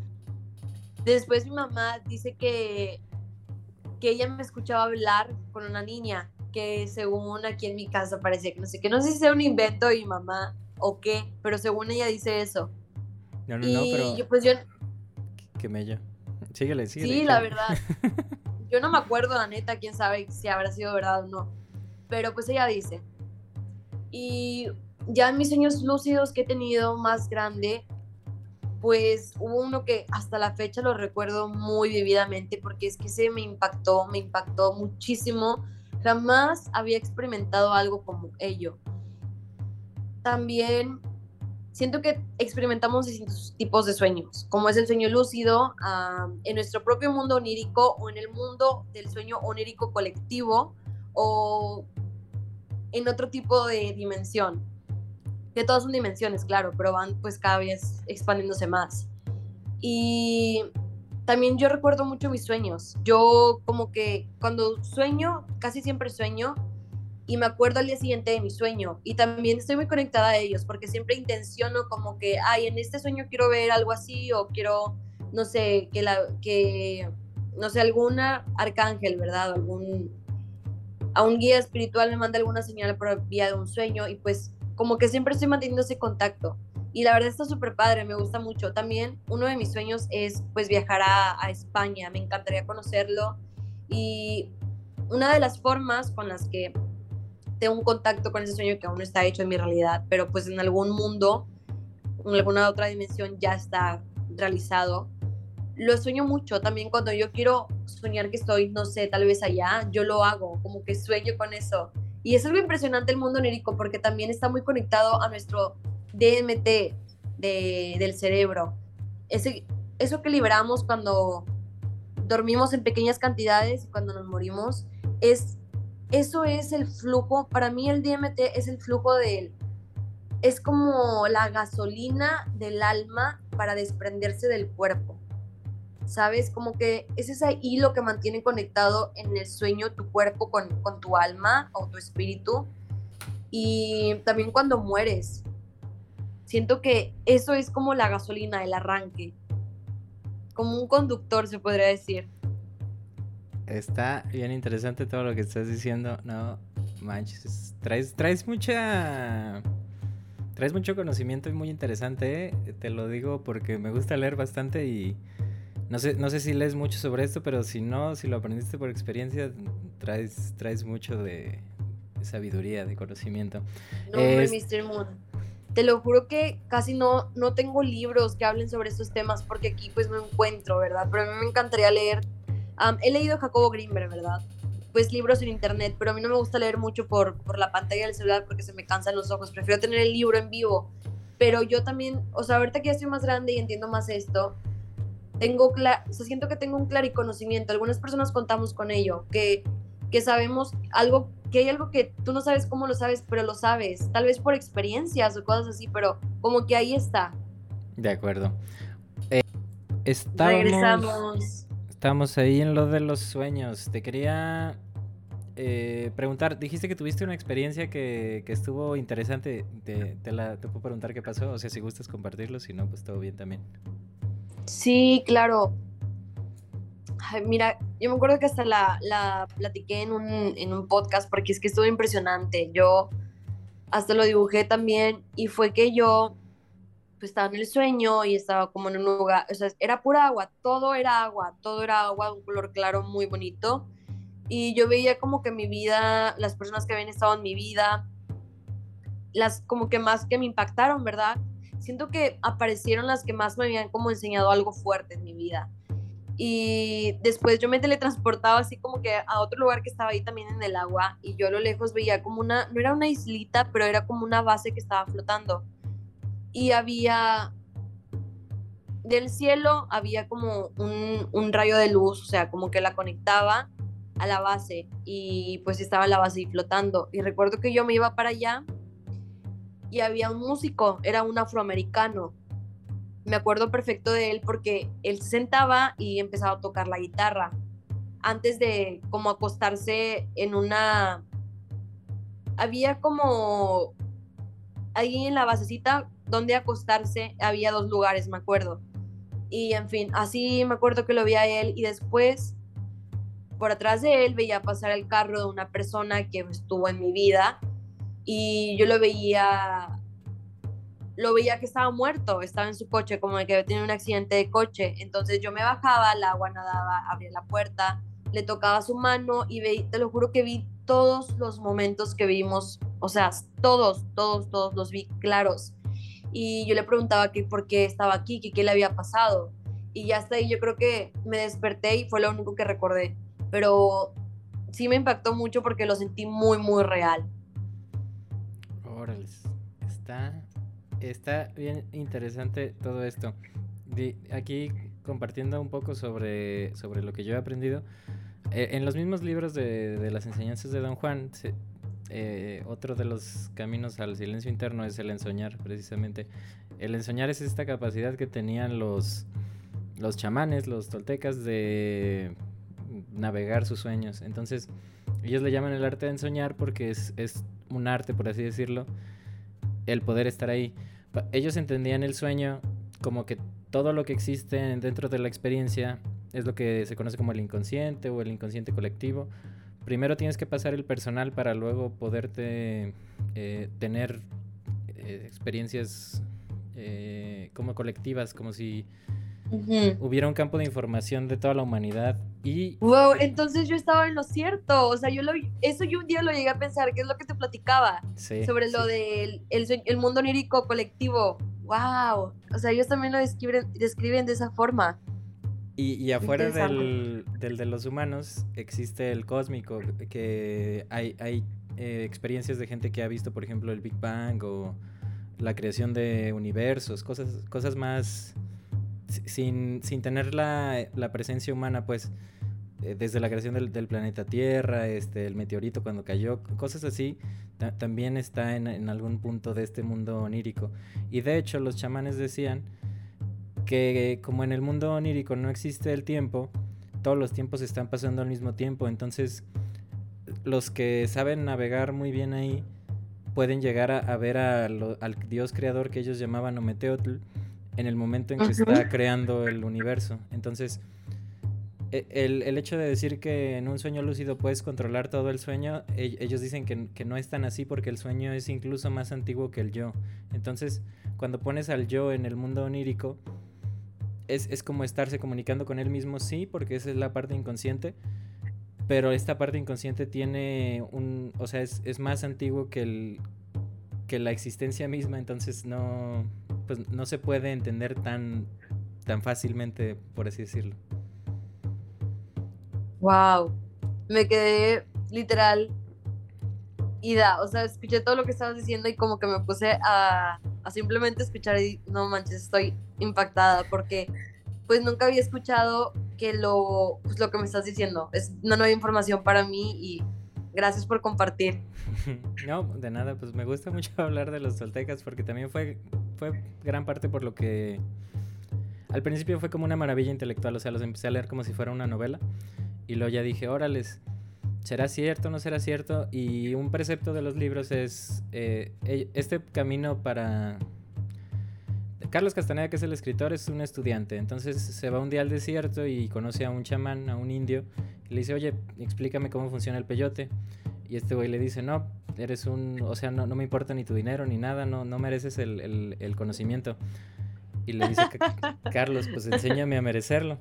Después mi mamá dice que que ella me escuchaba hablar con una niña que según aquí en mi casa parecía que no sé, que no sé si sea un invento de mi mamá o qué, pero según ella dice eso. No, no, y no, pero... yo, pues yo... Qué mello. Síguele, síguele. Sí, la verdad. Yo no me acuerdo, la neta, quién sabe si habrá sido verdad o no. Pero pues ella dice. Y ya en mis sueños lúcidos que he tenido más grande, pues hubo uno que hasta la fecha lo recuerdo muy vividamente porque es que se me impactó, me impactó muchísimo. Jamás había experimentado algo como ello. También siento que experimentamos distintos tipos de sueños, como es el sueño lúcido, um, en nuestro propio mundo onírico o en el mundo del sueño onírico colectivo o en otro tipo de dimensión. Que todas son dimensiones, claro, pero van pues cada vez expandiéndose más. Y también yo recuerdo mucho mis sueños. Yo como que cuando sueño, casi siempre sueño y me acuerdo al día siguiente de mi sueño. Y también estoy muy conectada a ellos porque siempre intenciono como que, ay, en este sueño quiero ver algo así o quiero, no sé, que, la, que no sé, alguna arcángel, ¿verdad? Algún, a un guía espiritual me manda alguna señal por vía de un sueño y pues como que siempre estoy manteniendo ese contacto. Y la verdad está súper padre, me gusta mucho. También uno de mis sueños es pues viajar a, a España, me encantaría conocerlo. Y una de las formas con las que tengo un contacto con ese sueño que aún no está hecho en mi realidad, pero pues en algún mundo, en alguna otra dimensión ya está realizado. Lo sueño mucho también cuando yo quiero soñar que estoy, no sé, tal vez allá, yo lo hago, como que sueño con eso. Y es algo impresionante el mundo onírico porque también está muy conectado a nuestro D M T de, del cerebro. Ese, eso que liberamos cuando dormimos en pequeñas cantidades y cuando nos morimos, es, eso es el flujo. Para mí el D M T es el flujo de, es como la gasolina del alma para desprenderse del cuerpo. ¿Sabes? Como que es ese hilo que mantiene conectado en el sueño tu cuerpo con, con tu alma o tu espíritu. Y también cuando mueres, siento que eso es como la gasolina, el arranque. Como un conductor, se podría decir. Está bien interesante todo lo que estás diciendo. No manches, traes, traes mucha... Traes mucho conocimiento y muy interesante, ¿eh? Te lo digo porque me gusta leer bastante y... No sé, no sé si lees mucho sobre esto, pero si no, si lo aprendiste por experiencia, traes, traes mucho de, de sabiduría, de conocimiento. No, es... mister Moon. Te lo juro que casi no, no tengo libros que hablen sobre estos temas porque aquí pues no encuentro, ¿verdad? Pero a mí me encantaría leer. Um, he leído Jacobo Grinberg, ¿verdad? Pues libros en internet, pero a mí no me gusta leer mucho por, por la pantalla del celular porque se me cansan los ojos. Prefiero tener el libro en vivo. Pero yo también, o sea, ahorita que ya estoy más grande y entiendo más esto, tengo cla- o sea, siento que tengo un clariconocimiento. Algunas personas contamos con ello, que, que sabemos algo, que hay algo que tú no sabes cómo lo sabes, pero lo sabes, tal vez por experiencias o cosas así, pero como que ahí está. De acuerdo. Eh, estábamos, Regresamos. estábamos ahí en lo de los sueños. Te quería eh, preguntar, dijiste que tuviste una experiencia que, que estuvo interesante. Te, te, la, te puedo preguntar qué pasó, o sea, si gustas compartirlo, si no, pues todo bien también. Sí, claro. Ay, mira, yo me acuerdo que hasta la, la platiqué en un, en un podcast porque es que estuvo impresionante. Yo hasta lo dibujé también y fue que yo pues, estaba en el sueño y estaba como en un lugar, o sea, era pura agua, todo era agua, todo era agua de un color claro muy bonito. Y yo veía como que mi vida, las personas que habían estado en mi vida, las como que más que me impactaron, ¿verdad? Siento que aparecieron las que más me habían como enseñado algo fuerte en mi vida. Y después yo me teletransportaba así como que a otro lugar que estaba ahí también en el agua y yo a lo lejos veía como una, no era una islita, pero era como una base que estaba flotando. Y había, del cielo había como un, un rayo de luz, o sea, como que la conectaba a la base y pues estaba la base ahí flotando. Y recuerdo que yo me iba para allá y había un músico, era un afroamericano. Me acuerdo perfecto de él porque él se sentaba y empezaba a tocar la guitarra antes de como acostarse en una, había como ahí en la basecita donde acostarse, había dos lugares, me acuerdo. Y en fin, así me acuerdo que lo vi a él y después por atrás de él veía pasar el carro de una persona que estuvo en mi vida y yo lo veía lo veía que estaba muerto, estaba en su coche, como que tenía un accidente de coche. Entonces yo me bajaba, el agua nadaba, abría la puerta, le tocaba su mano y ve, te lo juro que vi todos los momentos que vimos, o sea, todos, todos, todos los vi claros. Y yo le preguntaba que por qué estaba aquí, que qué le había pasado. Y ya hasta ahí yo creo que me desperté y fue lo único que recordé. Pero sí me impactó mucho porque lo sentí muy, muy real. Órale, está, está bien interesante todo esto. De, aquí compartiendo un poco sobre, sobre lo que yo he aprendido. Eh, en los mismos libros de, de las enseñanzas de Don Juan, se, eh, otro de los caminos al silencio interno es el ensoñar, precisamente. El ensoñar es esta capacidad que tenían los, los chamanes, los toltecas, de navegar sus sueños. Entonces, ellos le llaman el arte de ensoñar porque es, es un arte, por así decirlo, el poder estar ahí. Ellos entendían el sueño como que todo lo que existe dentro de la experiencia es lo que se conoce como el inconsciente o el inconsciente colectivo. Primero tienes que pasar el personal para luego poderte eh, tener eh, experiencias eh, como colectivas, como si uh-huh. hubiera un campo de información de toda la humanidad. Y wow, entonces yo estaba en lo cierto, o sea, yo lo, eso yo un día lo llegué a pensar, que es lo que te platicaba, sí, sobre sí. lo del el, el mundo onírico colectivo. Wow, o sea, ellos también lo describen, describen de esa forma. Y, y afuera del, del de los humanos existe el cósmico, que hay, hay eh, experiencias de gente que ha visto, por ejemplo, el Big Bang o la creación de universos, cosas, cosas más sin, sin tener la, la presencia humana, pues, eh, desde la creación del, del planeta Tierra, este, el meteorito cuando cayó, cosas así, ta- también está en, en algún punto de este mundo onírico. Y de hecho los chamanes decían que como en el mundo onírico no existe el tiempo, todos los tiempos están pasando al mismo tiempo, entonces los que saben navegar muy bien ahí pueden llegar a, a ver a lo, al dios creador que ellos llamaban Ometeotl en el momento en que uh-huh. está creando el universo. Entonces el, el hecho de decir que en un sueño lúcido puedes controlar todo el sueño, ellos dicen que, que no es tan así porque el sueño es incluso más antiguo que el yo. Entonces cuando pones al yo en el mundo onírico, Es, es como estarse comunicando con él mismo, sí, porque esa es la parte inconsciente, pero esta parte inconsciente tiene un, o sea, es, es más antiguo que, el, que la existencia misma, entonces no, pues no se puede entender tan, tan fácilmente, por así decirlo. Wow, me quedé literal ida, o sea, escuché todo lo que estabas diciendo y como que me puse a, a simplemente escuchar y no manches, estoy impactada porque pues nunca había escuchado que lo, pues, lo que me estás diciendo es una nueva información para mí y gracias por compartir. No, de nada, pues me gusta mucho hablar de los toltecas porque también fue fue gran parte por lo que... Al principio fue como una maravilla intelectual, o sea, los empecé a leer como si fuera una novela. Y luego ya dije, órales, ¿será cierto o no será cierto? Y un precepto de los libros es eh, este camino para... Carlos Castaneda, que es el escritor, es un estudiante. Entonces se va un día al desierto y conoce a un chamán, a un indio. Y le dice, oye, explícame cómo funciona el peyote. Y este güey le dice, no, eres un... O sea, no, no me importa ni tu dinero ni nada, no, no mereces el, el, el conocimiento. Y le dice, Carlos, pues enséñame a merecerlo.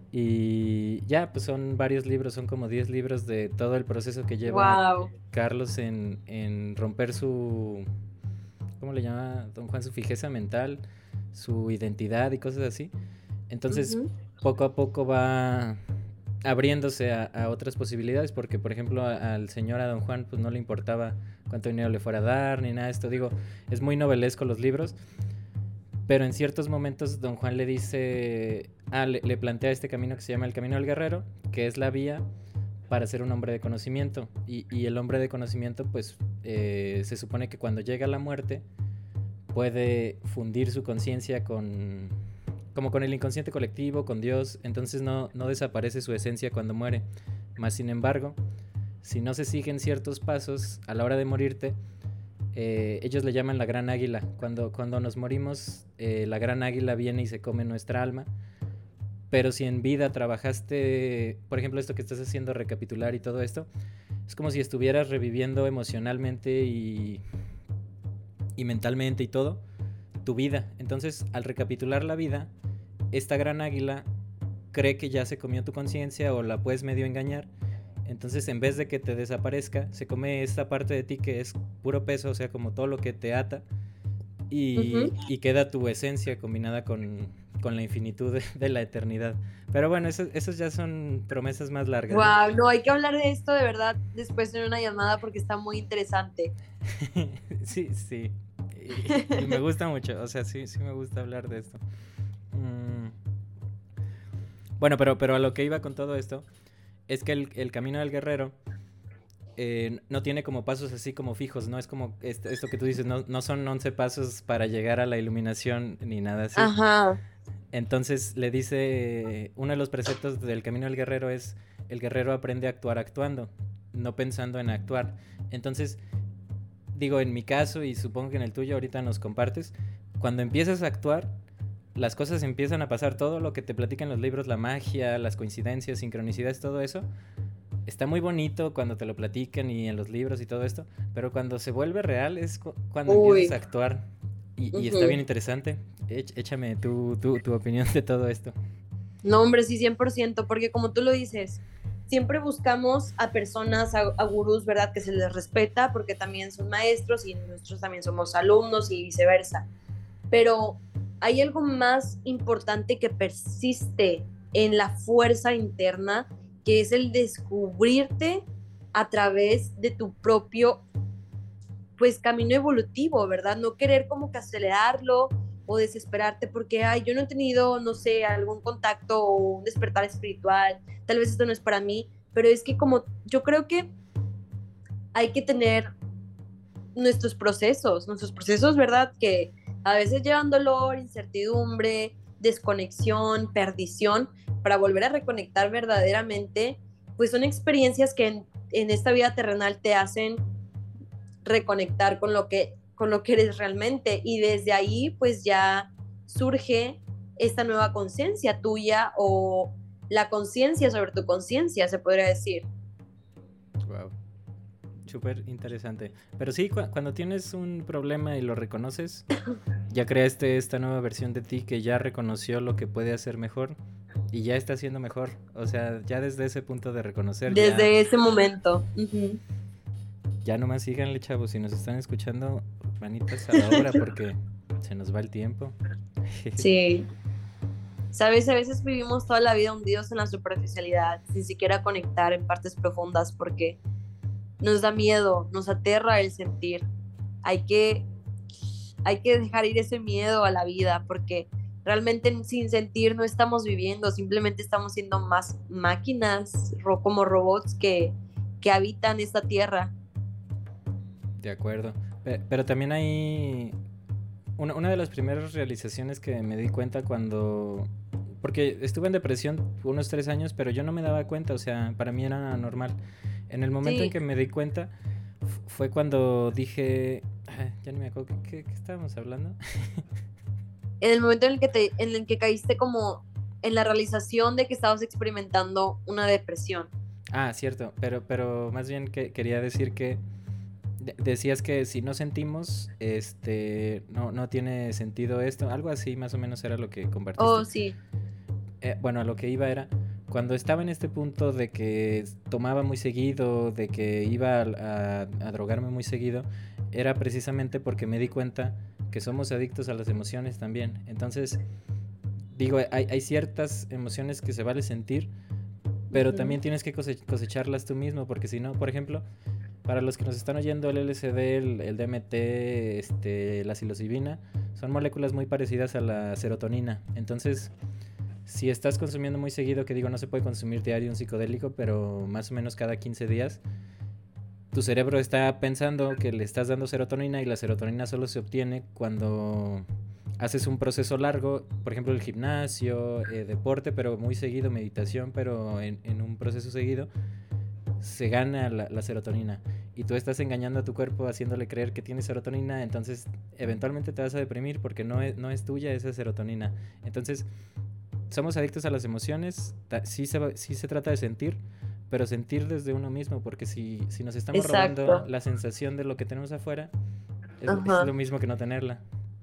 Y ya, pues son varios libros, son como diez libros de todo el proceso que lleva wow. Carlos en, en romper su... ¿Cómo le llama Don Juan? Su fijeza mental, su identidad y cosas así. Entonces, uh-huh. poco a poco va abriéndose a, a otras posibilidades, porque, por ejemplo, a, al señor, a Don Juan, pues no le importaba cuánto dinero le fuera a dar, ni nada de esto. Digo, es muy novelesco los libros, pero en ciertos momentos Don Juan le dice... Ah, le, le plantea este camino que se llama el Camino del Guerrero, que es la vía para ser un hombre de conocimiento. Y, y el hombre de conocimiento, pues, eh, se supone que cuando llega la muerte puede fundir su conciencia con... como con el inconsciente colectivo, con Dios. Entonces no, no desaparece su esencia cuando muere. Más sin embargo, si no se siguen ciertos pasos a la hora de morirte, eh, ellos le llaman la gran águila. Cuando, cuando nos morimos, eh, la gran águila viene y se come nuestra alma. Pero si en vida trabajaste, por ejemplo, esto que estás haciendo, recapitular y todo esto, es como si estuvieras reviviendo emocionalmente y, y mentalmente y todo, tu vida. Entonces, al recapitular la vida, esta gran águila cree que ya se comió tu conciencia o la puedes medio engañar. Entonces, en vez de que te desaparezca, se come esta parte de ti que es puro peso, o sea, como todo lo que te ata, y, uh-huh. y queda tu esencia combinada con, con la infinitud de, de la eternidad. Pero bueno, esos, esos ya son promesas más largas. Wow, ¿no? no, hay que hablar de esto de verdad después de una llamada porque está muy interesante. sí, sí. Y, y me gusta mucho, o sea, sí, sí me gusta hablar de esto. Mm. Bueno, pero, pero a lo que iba con todo esto es que el, el camino del guerrero eh, no tiene como pasos así como fijos, no es como esto, esto que tú dices, no, no son once pasos para llegar a la iluminación ni nada así. Ajá. Entonces le dice, uno de los preceptos del camino del guerrero es, el guerrero aprende a actuar actuando, no pensando en actuar. Entonces, digo, en mi caso y supongo que en el tuyo ahorita nos compartes, cuando empiezas a actuar, las cosas empiezan a pasar, todo lo que te platican los libros, la magia, las coincidencias, sincronicidades, todo eso, está muy bonito cuando te lo platican y en los libros y todo esto, pero cuando se vuelve real es cu- cuando Uy. empiezas a actuar y, uh-huh. y está bien interesante. Échame tu, tu, tu opinión de todo esto. No, hombre, sí, cien por ciento, porque como tú lo dices, siempre buscamos a personas, a, a gurús, ¿verdad? Que se les respeta porque también son maestros y nosotros también somos alumnos y viceversa. Pero hay algo más importante que persiste en la fuerza interna, que es el descubrirte a través de tu propio, pues, camino evolutivo, ¿verdad? No querer como que acelerarlo o desesperarte porque, ay, yo no he tenido, no sé, algún contacto o un despertar espiritual, tal vez esto no es para mí, pero es que como yo creo que hay que tener nuestros procesos, nuestros procesos, ¿verdad? Que a veces llevan dolor, incertidumbre, desconexión, perdición, para volver a reconectar verdaderamente, pues son experiencias que en, en esta vida terrenal te hacen reconectar con lo que con lo que eres realmente, y desde ahí pues ya surge esta nueva conciencia tuya o la conciencia sobre tu conciencia, se podría decir. Wow, súper interesante. Pero sí, cu- cuando tienes un problema y lo reconoces, ya creaste esta nueva versión de ti que ya reconoció lo que puede hacer mejor y ya está haciendo mejor. O sea, ya desde ese punto de reconocer. Desde ya... ese momento. Uh-huh. Ya nomás síganle, chavos, si nos están escuchando, manitas a la obra porque se nos va el tiempo. Sí. Sabes, a veces vivimos toda la vida hundidos en la superficialidad, sin siquiera conectar en partes profundas porque nos da miedo, nos aterra el sentir. Hay que, hay que dejar ir ese miedo a la vida porque realmente sin sentir no estamos viviendo, simplemente estamos siendo más máquinas ro- como robots que, que habitan esta tierra. De acuerdo, pero, pero también hay una, una de las primeras realizaciones que me di cuenta cuando... Porque estuve en depresión unos tres años, pero yo no me daba cuenta, o sea, para mí era normal. En el momento en Sí, que me di cuenta f- fue cuando dije... ah, ya no me acuerdo, ¿qué, qué- qué estábamos hablando? en el momento en el que te, en el que caíste como en la realización de que estabas experimentando una depresión. Ah, cierto, pero, pero más bien que quería decir que de- decías que si no sentimos, este, no, no tiene sentido esto, algo así más o menos era lo que Oh, compartiste. sí. Eh, bueno, a lo que iba era, cuando estaba en este punto de que tomaba muy seguido, de que iba a, a- a drogarme muy seguido, era precisamente porque me di cuenta que somos adictos a las emociones también. Entonces, digo, hay, hay ciertas emociones que se vale sentir, pero Ujú. también tienes que cose- cosecharlas tú mismo, porque si no, por ejemplo, para los que nos están oyendo, el L S D, el, el D M T, este, la psilocibina, son moléculas muy parecidas a la serotonina. Entonces, si estás consumiendo muy seguido, que digo, no se puede consumir diario un psicodélico, pero más o menos cada quince días, tu cerebro está pensando que le estás dando serotonina y la serotonina solo se obtiene cuando haces un proceso largo, por ejemplo el gimnasio, eh, deporte, pero muy seguido, meditación, pero en, en un proceso seguido, se gana la, la serotonina. Y tú estás engañando a tu cuerpo haciéndole creer que tienes serotonina, entonces eventualmente te vas a deprimir porque no es, no es tuya esa serotonina. Entonces, somos adictos a las emociones, sí se, sí se trata de sentir, pero sentir desde uno mismo, porque si, si nos estamos robando Exacto. la sensación de lo que tenemos afuera, es, es lo Ajá. mismo que no tenerla.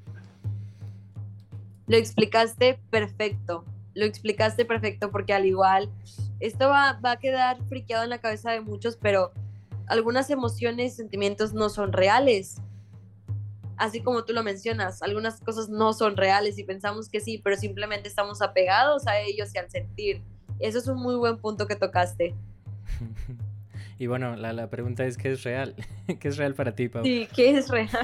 Lo explicaste perfecto. Lo explicaste perfecto porque al igual, esto va, va a quedar friqueado en la cabeza de muchos, pero algunas emociones y sentimientos no son reales. Así como tú lo mencionas, algunas cosas no son reales y pensamos que sí, pero simplemente estamos apegados a ellos y al sentir. Eso es un muy buen punto que tocaste. Y bueno, la, la pregunta es, ¿qué es real? ¿Qué es real para ti, Pau? Sí, ¿qué es real?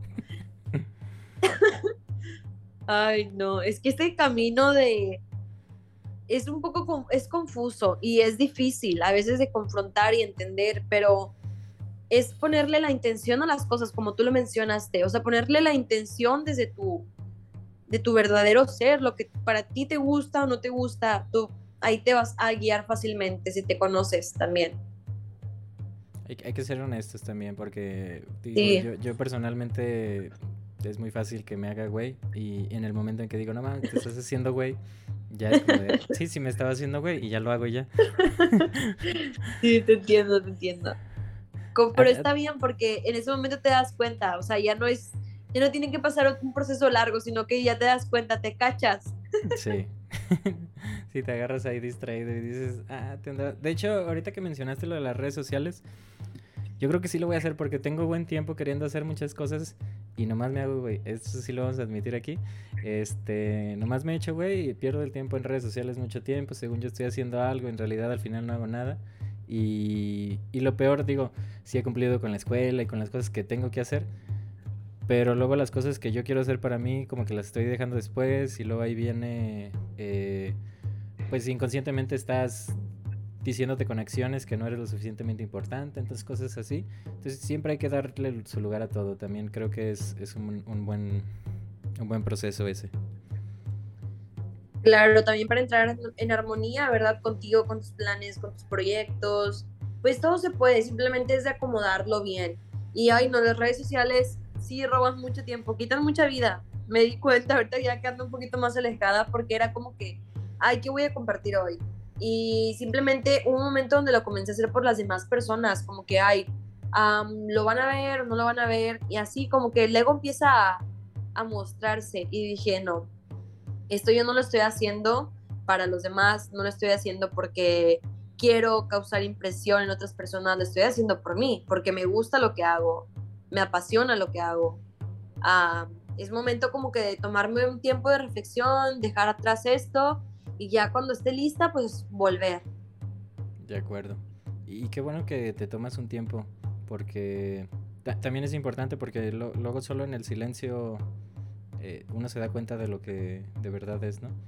Ay, no, es que este camino de es un poco con- es confuso y es difícil a veces de confrontar y entender, pero es ponerle la intención a las cosas como tú lo mencionaste, o sea, ponerle la intención desde tu de tu verdadero ser, lo que para ti te gusta o no te gusta, tú ahí te vas a guiar fácilmente si te conoces también. Hay, hay que ser honestos también, porque digo, Sí, yo, yo personalmente es muy fácil que me haga güey, y en el momento en que digo, no man, te estás haciendo güey, ya es como de, sí, sí me estaba haciendo güey, y ya lo hago ya. sí, te entiendo, te entiendo. Co- Ah, Pero ah, está bien porque en ese momento te das cuenta, o sea, ya no es, ya no tiene que pasar un proceso largo, sino que ya te das cuenta, te cachas. sí. Si te agarras ahí distraído y dices, ah, te andaba... De hecho, ahorita que mencionaste lo de las redes sociales, yo creo que sí lo voy a hacer porque tengo buen tiempo queriendo hacer muchas cosas y nomás me hago, güey. Eso sí lo vamos a admitir aquí. Este, nomás me he hecho, güey, y pierdo el tiempo en redes sociales mucho tiempo. Según yo estoy haciendo algo, en realidad al final no hago nada. Y, y lo peor, digo, sí he cumplido con la escuela y con las cosas que tengo que hacer, pero luego las cosas que yo quiero hacer para mí, como que las estoy dejando después y luego ahí viene, eh, pues inconscientemente estás diciéndote con acciones que no eres lo suficientemente importante, entonces cosas así. Entonces siempre hay que darle su lugar a todo. También creo que es, es un, un, buen, un buen proceso ese. Claro, también para entrar en, en armonía, ¿verdad? Contigo, con tus planes, con tus proyectos, pues todo se puede, simplemente es de acomodarlo bien. Y ay, no, las redes sociales sí roban mucho tiempo, quitan mucha vida. Me di cuenta ahorita ya que ando un poquito más alejada porque era como que, ay, ¿qué voy a compartir hoy? Y simplemente hubo un momento donde lo comencé a hacer por las demás personas, como que, ay, am, lo van a ver o no lo van a ver, y así como que el ego empieza a, a mostrarse y dije, no, esto yo no lo estoy haciendo para los demás, no lo estoy haciendo porque quiero causar impresión en otras personas, lo estoy haciendo por mí, porque me gusta lo que hago, me apasiona lo que hago. Ah, es momento como que de tomarme un tiempo de reflexión, dejar atrás esto y ya cuando esté lista, pues volver. De acuerdo. Y qué bueno que te tomas un tiempo, porque ta- también es importante porque lo, luego solo en el silencio eh, uno se da cuenta de lo que de verdad es, ¿no?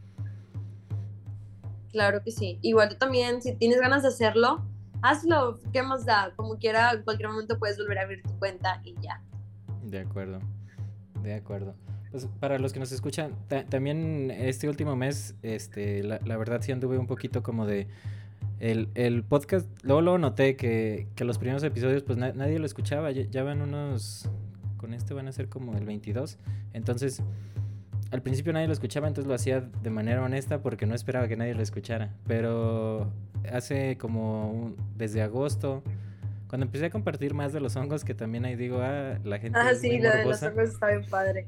Claro que sí. Igual tú también, si tienes ganas de hacerlo, hazlo. ¿Qué más da? Como quiera, en cualquier momento puedes volver a abrir tu cuenta y ya. De acuerdo, de acuerdo. Pues para los que nos escuchan, ta- también este último mes, este, la, la verdad sí anduve un poquito como de el, el podcast, luego, luego noté que, que los primeros episodios pues na- nadie lo escuchaba, ya, ya van unos, con este van a ser como el veintidós, entonces al principio nadie lo escuchaba, entonces lo hacía de manera honesta porque no esperaba que nadie lo escuchara, pero hace como un- desde agosto, cuando empecé a compartir más de los hongos, que también ahí digo, ah, la gente Ah, es muy sí, lo de los morbosa. hongos está bien padre.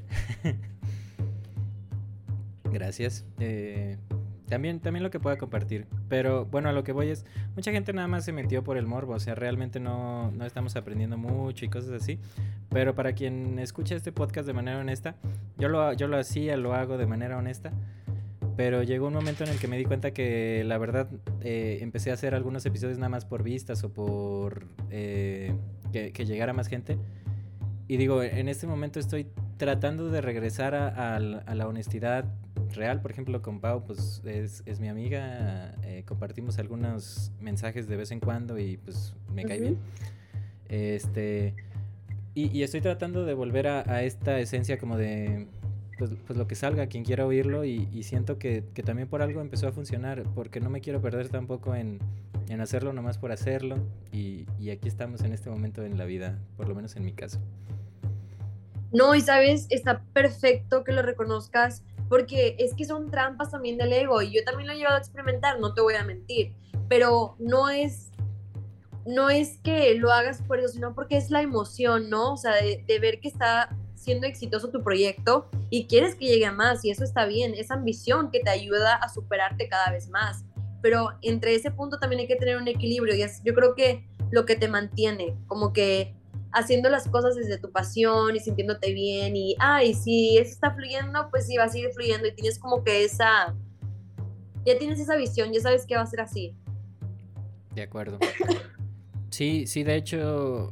Gracias. Eh, también, también lo que pueda compartir. Pero bueno, a lo que voy es, mucha gente nada más se metió por el morbo, o sea, realmente no, no estamos aprendiendo mucho y cosas así. Pero para quien escucha este podcast de manera honesta, yo lo, yo lo hacía, lo hago de manera honesta. Pero llegó un momento en el que me di cuenta que la verdad eh, empecé a hacer algunos episodios nada más por vistas o por eh, que, que llegara más gente. Y digo, en este momento estoy tratando de regresar a, a, a la honestidad real. Por ejemplo, con Pau, pues es, es mi amiga, eh, compartimos algunos mensajes de vez en cuando y pues me cae bien. Ujú. Este, y, y estoy tratando de volver a, a esta esencia como de, pues, pues lo que salga, quien quiera oírlo, y, y siento que, que también por algo empezó a funcionar, porque no me quiero perder tampoco en, en hacerlo nomás por hacerlo, y, y aquí estamos en este momento en la vida, por lo menos en mi caso. No, y sabes, está perfecto que lo reconozcas porque es que son trampas también del ego y yo también lo he llevado a experimentar, no te voy a mentir, pero no es, no es que lo hagas por eso, sino porque es la emoción, ¿no? O sea, de, de ver que está siendo exitoso tu proyecto y quieres que llegue a más y eso está bien, esa ambición que te ayuda a superarte cada vez más. Pero entre ese punto también hay que tener un equilibrio y es yo creo que lo que te mantiene, como que haciendo las cosas desde tu pasión y sintiéndote bien y, ay, si eso está fluyendo, pues sí, va a seguir fluyendo y tienes como que esa, ya tienes esa visión, ya sabes que va a ser así. De acuerdo. Sí, sí, de hecho,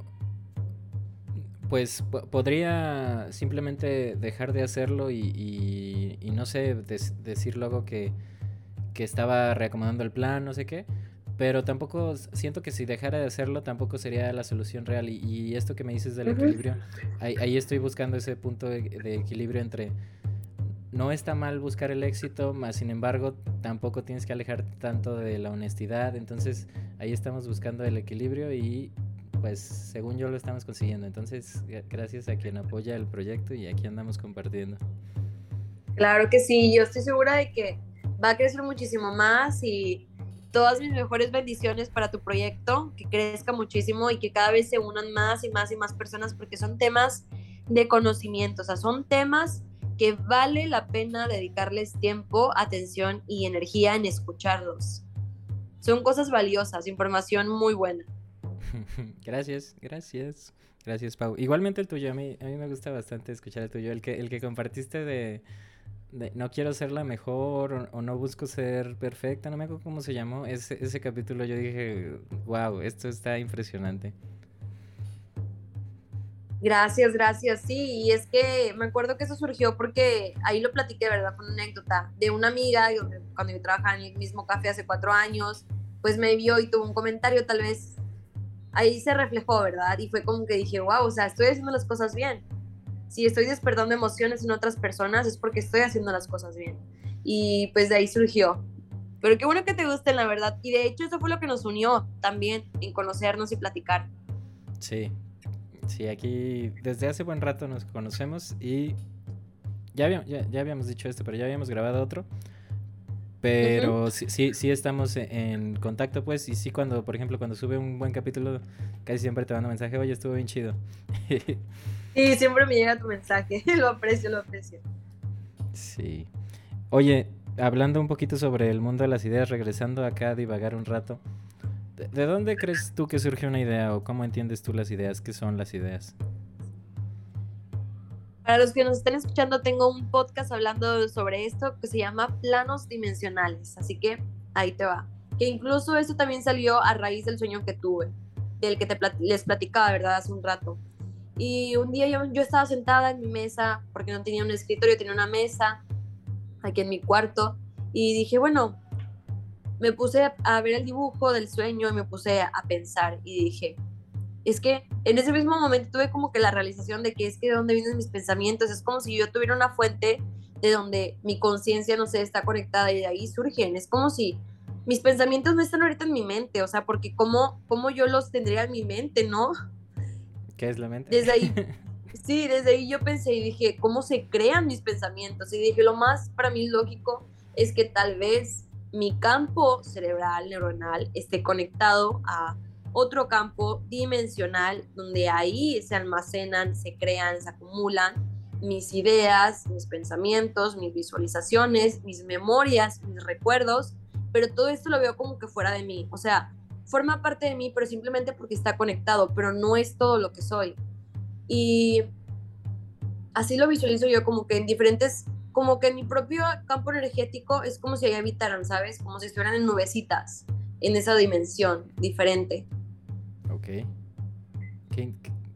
pues po- podría simplemente dejar de hacerlo y, y, y no sé, des- decir luego que, que estaba reacomodando el plan, no sé qué. Pero tampoco siento que si dejara de hacerlo tampoco sería la solución real. Y, y esto que me dices del Ujú. equilibrio, ahí, ahí estoy buscando ese punto de, de equilibrio entre no está mal buscar el éxito, más sin embargo tampoco tienes que alejarte tanto de la honestidad. Entonces ahí estamos buscando el equilibrio y pues según yo lo estamos consiguiendo. Entonces gracias a quien apoya el proyecto y aquí andamos compartiendo. Claro que sí, yo estoy segura de que va a crecer muchísimo más y todas mis mejores bendiciones para tu proyecto, que crezca muchísimo y que cada vez se unan más y más y más personas porque son temas de conocimiento, o sea, son temas que vale la pena dedicarles tiempo, atención y energía en escucharlos. Son cosas valiosas, información muy buena. Gracias, gracias. Gracias, Pau. Igualmente el tuyo, a mí, a mí me gusta bastante escuchar el tuyo. El que, el que compartiste de, de no quiero ser la mejor o, o no busco ser perfecta, no me acuerdo cómo se llamó. Ese, ese capítulo yo dije, wow, esto está impresionante. Gracias, gracias. Sí, y es que me acuerdo que eso surgió porque ahí lo platiqué, ¿verdad? Fue una anécdota de una amiga cuando yo trabajaba en el mismo café hace cuatro años, pues me vio y tuvo un comentario, tal vez ahí se reflejó, ¿verdad? Y fue como que dije, wow, o sea, estoy haciendo las cosas bien. Si estoy despertando emociones en otras personas es porque estoy haciendo las cosas bien. Y pues de ahí surgió. Pero qué bueno que te gusten, la verdad. Y de hecho eso fue lo que nos unió también en conocernos y platicar. Sí, sí, aquí desde hace buen rato nos conocemos y ya, habíamos, ya, ya habíamos dicho esto, pero ya habíamos grabado otro. Ujú. Pero sí, sí, sí estamos e- en contacto, pues. Y sí, cuando, por ejemplo, cuando sube un buen capítulo, casi siempre te mando un mensaje, oye, estuvo bien chido. Y siempre me llega tu mensaje, lo aprecio, lo aprecio. Sí. Oye, hablando un poquito sobre el mundo de las ideas, regresando acá a divagar un rato, ¿de, de dónde crees tú que surge una idea o cómo entiendes tú las ideas? ¿Qué son las ideas? Para los que nos estén escuchando, tengo un podcast hablando sobre esto que se llama Planos Dimensionales, así que ahí te va. Que incluso eso también salió a raíz del sueño que tuve, del que te plat les platicaba, ¿verdad? Hace un rato. Y un día yo, yo estaba sentada en mi mesa, porque no tenía un escritorio, tenía una mesa aquí en mi cuarto, y dije, bueno, me puse a ver el dibujo del sueño y me puse a pensar y dije, es que en ese mismo momento tuve como que la realización de que es que de dónde vienen mis pensamientos, es como si yo tuviera una fuente de donde mi conciencia, no sé, está conectada y de ahí surgen, es como si mis pensamientos no están ahorita en mi mente, o sea, porque cómo, cómo yo los tendría en mi mente, ¿no? ¿Qué es la mente? Desde ahí, sí, desde ahí yo pensé y dije, ¿cómo se crean mis pensamientos? Y dije, lo más para mí lógico es que tal vez mi campo cerebral, neuronal, esté conectado a otro campo dimensional donde ahí se almacenan, se crean, se acumulan mis ideas, mis pensamientos, mis visualizaciones, mis memorias, mis recuerdos, pero todo esto lo veo como que fuera de mí, o sea, forma parte de mí, pero simplemente porque está conectado, pero no es todo lo que soy. Y así lo visualizo yo, como que en diferentes, como que en mi propio campo energético es como si ahí habitaran, ¿sabes? Como si estuvieran en nubecitas, en esa dimensión diferente. Ok. Qué,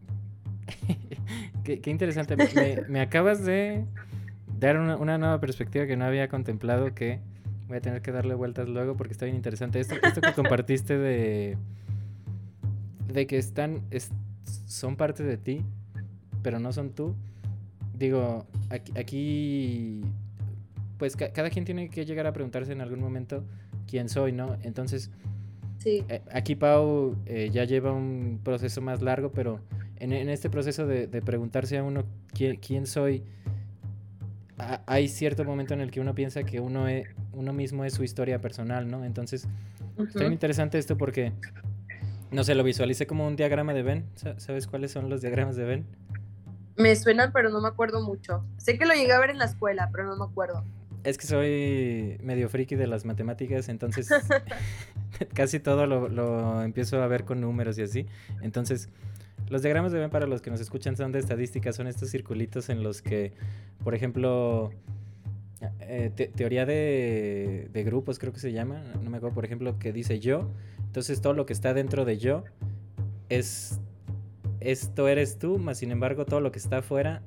qué, qué interesante. Me, me acabas de dar una, una nueva perspectiva que no había contemplado, que voy a tener que darle vueltas luego porque está bien interesante. Esto, esto que compartiste de, de que están, es, son parte de ti, pero no son tú. Digo, aquí, aquí pues ca- cada quien tiene que llegar a preguntarse en algún momento quién soy, ¿no? Entonces, Sí. eh, aquí Pau eh, ya lleva un proceso más largo, pero en, en este proceso de, de preguntarse a uno quién, quién soy, a- hay cierto momento en el que uno piensa que uno, es, uno mismo es su historia personal, ¿no? Entonces, está bien Uh-huh. interesante esto porque, no sé, lo visualicé como un diagrama de Venn. Sa- ¿Sabes cuáles son los diagramas de Venn? Me suenan, pero no me acuerdo mucho. Sé que lo llegué a ver en la escuela, pero no me acuerdo. Es que soy medio friki de las matemáticas, entonces casi todo lo, lo empiezo a ver con números y así. Entonces, los diagramas de Venn, para los que nos escuchan, son de estadística, son estos circulitos en los que, por ejemplo, eh, te- teoría de, de grupos creo que se llama, no me acuerdo, por ejemplo, que dice yo, entonces todo lo que está dentro de yo es, esto eres tú, más sin embargo todo lo que está afuera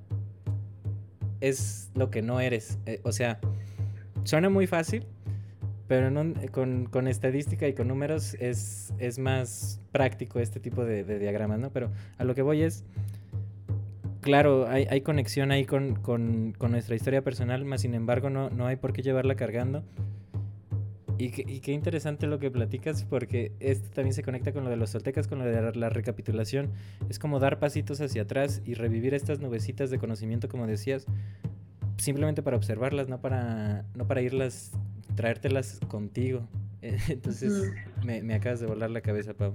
es lo que no eres. Eh, o sea, suena muy fácil, pero en un- con, con estadística y con números es, es más práctico este tipo de, de diagramas, ¿no? Pero a lo que voy es, claro, hay, hay conexión ahí con, con, con nuestra historia personal, más sin embargo no, no hay por qué llevarla cargando. Y, que, y qué interesante lo que platicas, porque esto también se conecta con lo de los toltecas, con lo de la, la recapitulación. Es como dar pasitos hacia atrás y revivir estas nubecitas de conocimiento, como decías, simplemente para observarlas, no para, no para irlas, traértelas contigo. Entonces, Uh-huh. me, me acabas de volar la cabeza, Pau.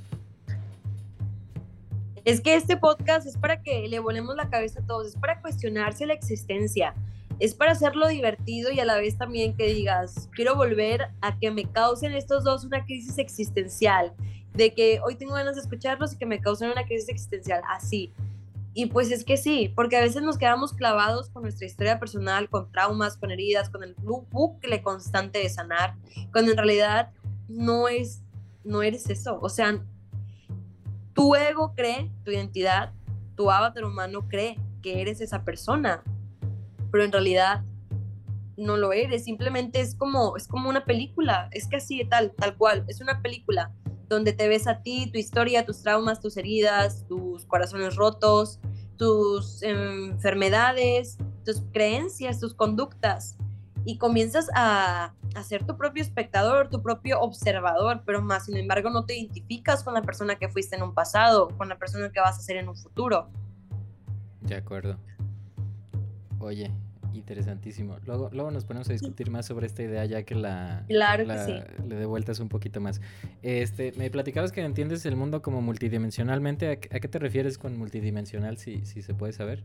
Es que este podcast es para que le volemos la cabeza a todos, es para cuestionarse la existencia, es para hacerlo divertido y a la vez también que digas, quiero volver a que me causen estos dos una crisis existencial, de que hoy tengo ganas de escucharlos y que me causen una crisis existencial, así. Y pues es que sí, porque a veces nos quedamos clavados con nuestra historia personal, con traumas, con heridas, con el bucle constante de sanar, cuando en realidad no es, no eres eso. O sea, tu ego cree, tu identidad, tu avatar humano cree que eres esa persona, pero en realidad no lo eres, simplemente es como, es como una película, es que así, tal, tal cual, es una película donde te ves a ti, tu historia, tus traumas, tus heridas, tus corazones rotos, tus enfermedades, tus creencias, tus conductas, y comienzas a, a ser tu propio espectador, tu propio observador, pero más sin embargo no te identificas con la persona que fuiste en un pasado, con la persona que vas a ser en un futuro. De acuerdo. Oye, interesantísimo. Luego, luego nos ponemos a discutir más sobre esta idea ya que la, Claro que la sí. le dé vueltas un poquito más. Este, me platicabas que entiendes el mundo como multidimensionalmente. ¿A, a qué te refieres con multidimensional, si, si se puede saber?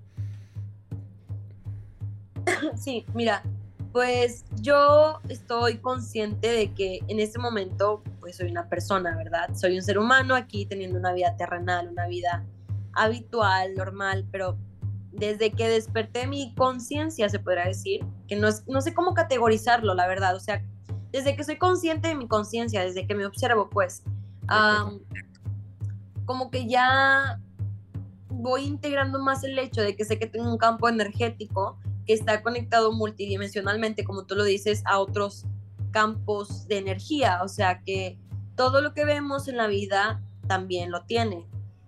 Sí, mira, pues yo estoy consciente de que en este momento pues soy una persona, ¿verdad? Soy un ser humano aquí teniendo una vida terrenal, una vida habitual, normal, pero desde que desperté mi conciencia, se podrá decir, que no, es, no sé cómo categorizarlo, la verdad, o sea, desde que soy consciente de mi conciencia, desde que me observo, pues, De acuerdo. um, como que ya voy integrando más el hecho de que sé que tengo un campo energético que está conectado multidimensionalmente, como tú lo dices, a otros campos de energía, o sea que todo lo que vemos en la vida también lo tiene.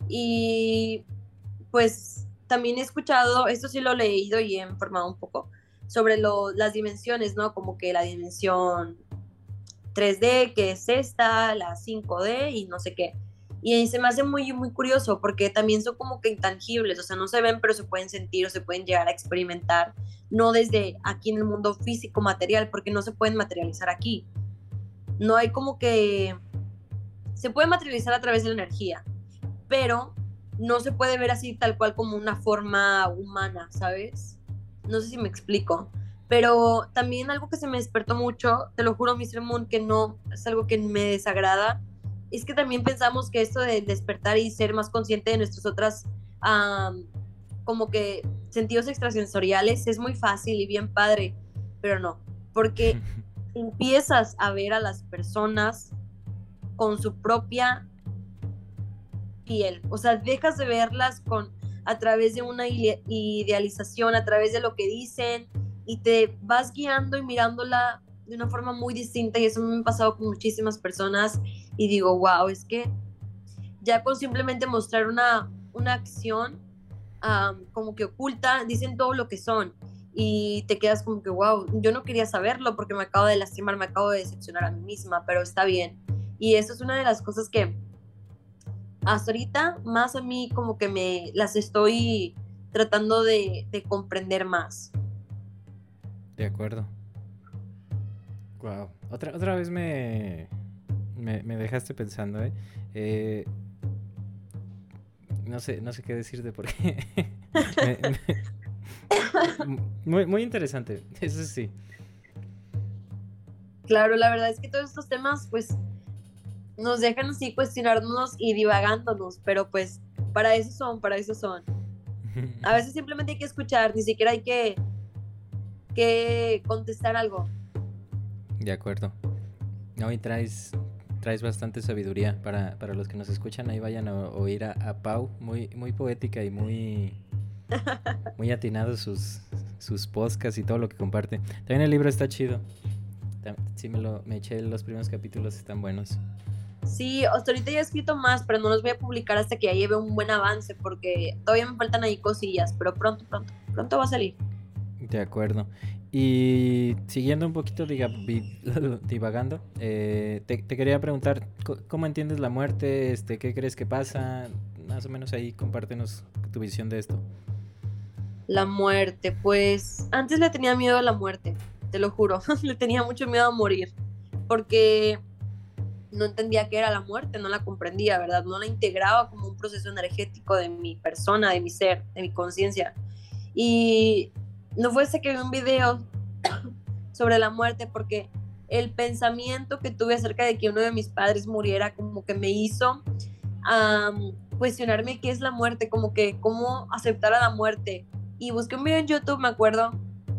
Y pues también he escuchado, esto sí lo he leído y he informado un poco sobre lo, las dimensiones, ¿no? Como que la dimensión tres D, que es esta, la cinco D y no sé qué. Y se me hace muy, muy curioso porque también son como que intangibles, o sea, no se ven, pero se pueden sentir o se pueden llegar a experimentar, no desde aquí en el mundo físico material, porque no se pueden materializar aquí. No hay como que... Se puede materializar a través de la energía, pero no se puede ver así tal cual como una forma humana, ¿sabes? No sé si me explico. Pero también algo que se me despertó mucho, te lo juro, mister Moon, que no es algo que me desagrada, es que también pensamos que esto de despertar y ser más consciente de nuestras otras, um, como que sentidos extrasensoriales es muy fácil y bien padre, pero no, porque empiezas a ver a las personas con su propia piel, o sea, dejas de verlas con a través de una idealización, a través de lo que dicen y te vas guiando y mirándola de una forma muy distinta y eso me ha pasado con muchísimas personas y digo, wow, es que ya con simplemente mostrar una, una acción um, como que oculta, dicen todo lo que son y te quedas como que, wow, yo no quería saberlo porque me acabo de lastimar, me acabo de decepcionar a mí misma, pero está bien. Y eso es una de las cosas que hasta ahorita más a mí como que me las estoy tratando de, de comprender más. De acuerdo. Wow. Otra, otra vez me, me, me dejaste pensando, ¿eh? eh no sé, no sé qué decirte porque me, me, muy, muy interesante, eso sí. Claro, la verdad es que todos estos temas pues nos dejan así cuestionarnos y divagándonos, pero pues para eso son, para eso son. A veces simplemente hay que escuchar, ni siquiera hay que, que contestar algo. De acuerdo. No, y traes, traes bastante sabiduría para, para los que nos escuchan. Ahí vayan a oír a, a Pau, muy, muy poética y muy, muy atinado sus, sus podcasts y todo lo que comparte. También el libro está chido. Sí, me, lo, me eché los primeros capítulos, están buenos. Sí, hasta ahorita ya he escrito más, pero no los voy a publicar hasta que ya lleve un buen avance, porque todavía me faltan ahí cosillas, pero pronto, pronto, pronto va a salir. De acuerdo. Y siguiendo un poquito diga, divagando, eh, te, te quería preguntar, ¿cómo entiendes la muerte? Este, ¿qué crees que pasa? Más o menos ahí compártenos tu visión de esto. La muerte, pues antes le tenía miedo a la muerte, te lo juro, le tenía mucho miedo a morir, porque no entendía qué era la muerte, no la comprendía, ¿verdad? No la integraba como un proceso energético de mi persona, de mi ser, de mi conciencia. Y no fue ese que vi un video sobre la muerte, porque el pensamiento que tuve acerca de que uno de mis padres muriera como que me hizo um, cuestionarme qué es la muerte, como que cómo aceptar a la muerte. Y busqué un video en YouTube, me acuerdo,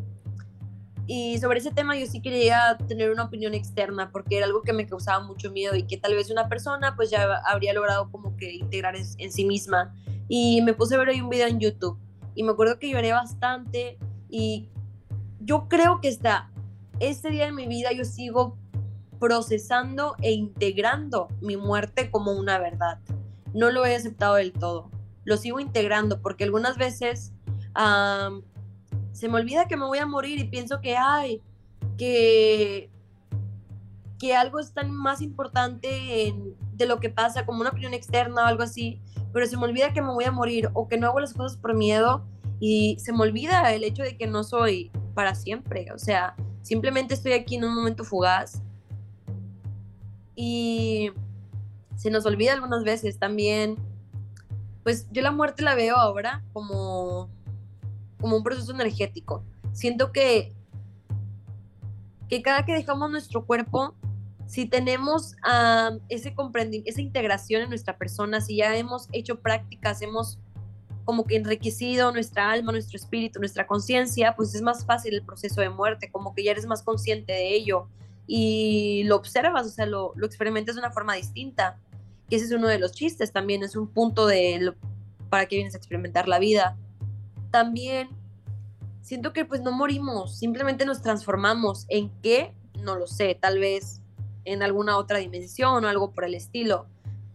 y sobre ese tema yo sí quería tener una opinión externa porque era algo que me causaba mucho miedo y que tal vez una persona pues ya habría logrado como que integrar en, en sí misma. Y me puse a ver hoy un video en YouTube y me acuerdo que lloré bastante y yo creo que hasta este día en mi vida yo sigo procesando e integrando mi muerte como una verdad. No lo he aceptado del todo, lo sigo integrando porque algunas veces um, se me olvida que me voy a morir y pienso que hay, que, que algo es tan más importante en, de lo que pasa, como una opinión externa o algo así, pero se me olvida que me voy a morir o que no hago las cosas por miedo y se me olvida el hecho de que no soy para siempre, o sea, simplemente estoy aquí en un momento fugaz y se nos olvida algunas veces también, pues yo la muerte la veo ahora como, como un proceso energético. Siento que que cada que dejamos nuestro cuerpo, si tenemos um, ese comprendimiento, esa integración en nuestra persona, si ya hemos hecho prácticas, hemos como que enriquecido nuestra alma, nuestro espíritu, nuestra conciencia, pues es más fácil el proceso de muerte, como que ya eres más consciente de ello y lo observas, o sea, lo, lo experimentas de una forma distinta. Y ese es uno de los chistes también, es un punto de lo, para qué vienes a experimentar la vida. También siento que pues no morimos, simplemente nos transformamos. ¿En qué? No lo sé, tal vez en alguna otra dimensión o algo por el estilo.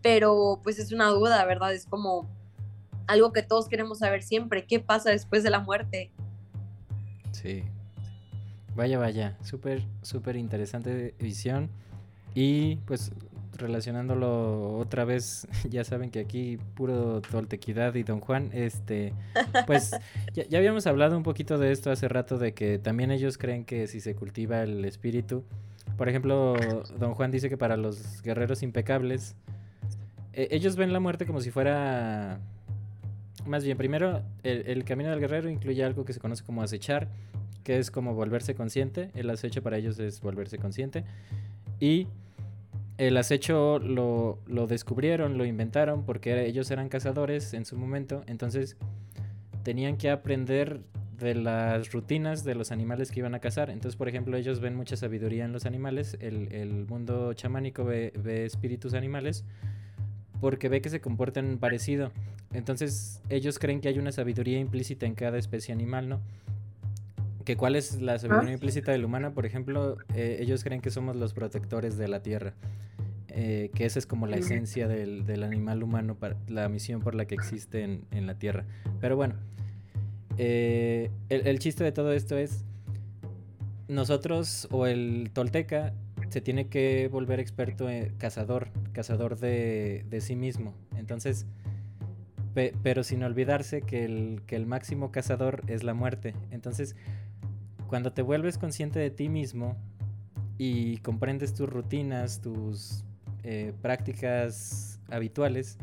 pero pues es una duda, ¿verdad? Es como algo que todos queremos saber siempre, ¿qué pasa después de la muerte? Sí. Vaya, vaya, súper, súper interesante visión. Y pues relacionándolo otra vez, ya saben que aquí puro Toltequidad y Don Juan, este, pues ya, ya habíamos hablado un poquito de esto hace rato, de que también ellos creen que si se cultiva el espíritu, por ejemplo, Don Juan dice que para los guerreros impecables, eh, ellos ven la muerte como si fuera, más bien, primero, el, el camino del guerrero incluye algo que se conoce como acechar, que es como volverse consciente. El acecho para ellos es volverse consciente. Y el acecho lo, lo descubrieron, lo inventaron, porque ellos eran cazadores en su momento. Entonces tenían que aprender de las rutinas de los animales que iban a cazar. Entonces, por ejemplo, ellos ven mucha sabiduría en los animales. El, el mundo chamánico ve, ve espíritus animales porque ve que se comportan parecido. Entonces ellos creen que hay una sabiduría implícita en cada especie animal, ¿no? Que cuál es la sabiduría ¿Ah? implícita del humano, por ejemplo, eh, ellos creen que somos los protectores de la tierra, eh, que esa es como la esencia del, del animal humano, para la misión por la que existe en, en la tierra. Pero bueno, eh, el, el chiste de todo esto es, nosotros o el tolteca se tiene que volver experto en cazador, cazador de, de sí mismo. Entonces, pe, pero sin olvidarse que el, que el máximo cazador es la muerte. Entonces, cuando te vuelves consciente de ti mismo y comprendes tus rutinas, tus eh, prácticas habituales,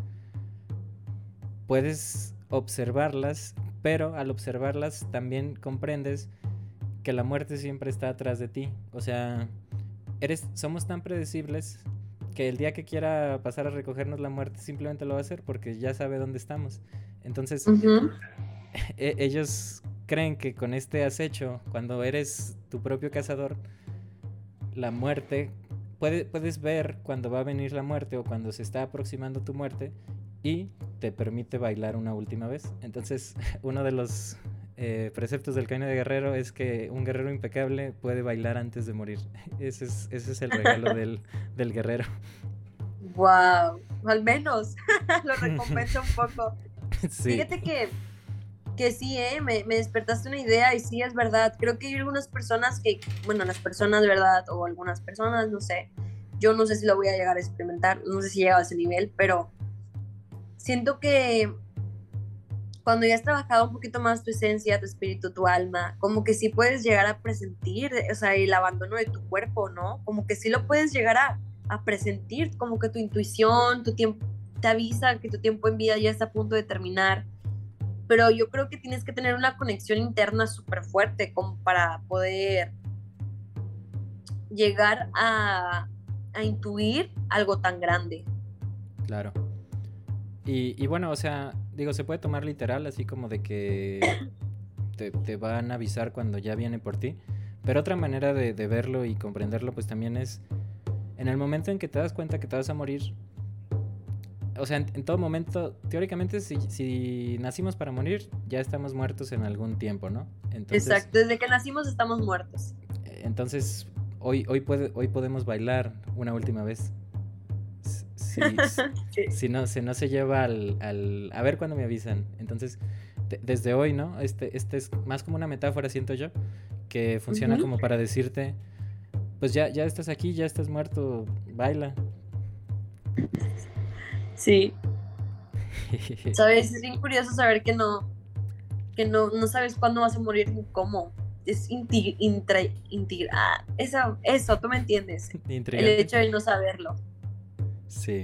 puedes observarlas, pero al observarlas también comprendes que la muerte siempre está atrás de ti. O sea, eres, somos tan predecibles que el día que quiera pasar a recogernos la muerte simplemente lo va a hacer porque ya sabe dónde estamos. Entonces, Uh-huh. e- ellos creen que con este acecho, cuando eres tu propio cazador, la muerte, puede, puedes ver cuando va a venir la muerte o cuando se está aproximando tu muerte y te permite bailar una última vez. Entonces, uno de los eh, preceptos del camino de guerrero es que un guerrero impecable puede bailar antes de morir. Ese es, ese es el regalo del, del guerrero. Wow, al menos lo recompensa un poco. Sí. Fíjate que, que sí, ¿eh? me, me despertaste una idea y sí, es verdad. Creo que hay algunas personas que, bueno, las personas, ¿verdad? O algunas personas, no sé. Yo no sé si lo voy a llegar a experimentar, no sé si llega a ese nivel, pero siento que cuando ya has trabajado un poquito más tu esencia, tu espíritu, tu alma, como que sí puedes llegar a presentir, o sea, el abandono de tu cuerpo, ¿no? Como que sí lo puedes llegar a, a presentir, como que tu intuición, tu tiempo, te avisa que tu tiempo en vida ya está a punto de terminar. Pero yo creo que tienes que tener una conexión interna súper fuerte como para poder llegar a, a intuir algo tan grande. Claro. Y, y bueno, o sea, digo, se puede tomar literal, así como de que te, te van a avisar cuando ya viene por ti. Pero otra manera de, de verlo y comprenderlo, pues también es en el momento en que te das cuenta que te vas a morir. O sea, en, en todo momento, teóricamente, si, si nacimos para morir, ya estamos muertos en algún tiempo, ¿no? Entonces, Exacto, desde que nacimos estamos muertos. eh, entonces hoy, hoy, puede, hoy podemos bailar una última vez. Si, Sí. si, no, si no se lleva al, al... A ver cuándo me avisan. Entonces, de, desde hoy, ¿no? Este, este es más como una metáfora, siento yo, que funciona Uh-huh. como para decirte, pues ya, ya estás aquí, ya estás muerto, baila. Sí. Sabes, es bien curioso saber que no, que no, no sabes cuándo vas a morir ni cómo. Es inti, intra, inti, ah, eso, eso, tú me entiendes. El Intrigante. hecho de no saberlo. Sí.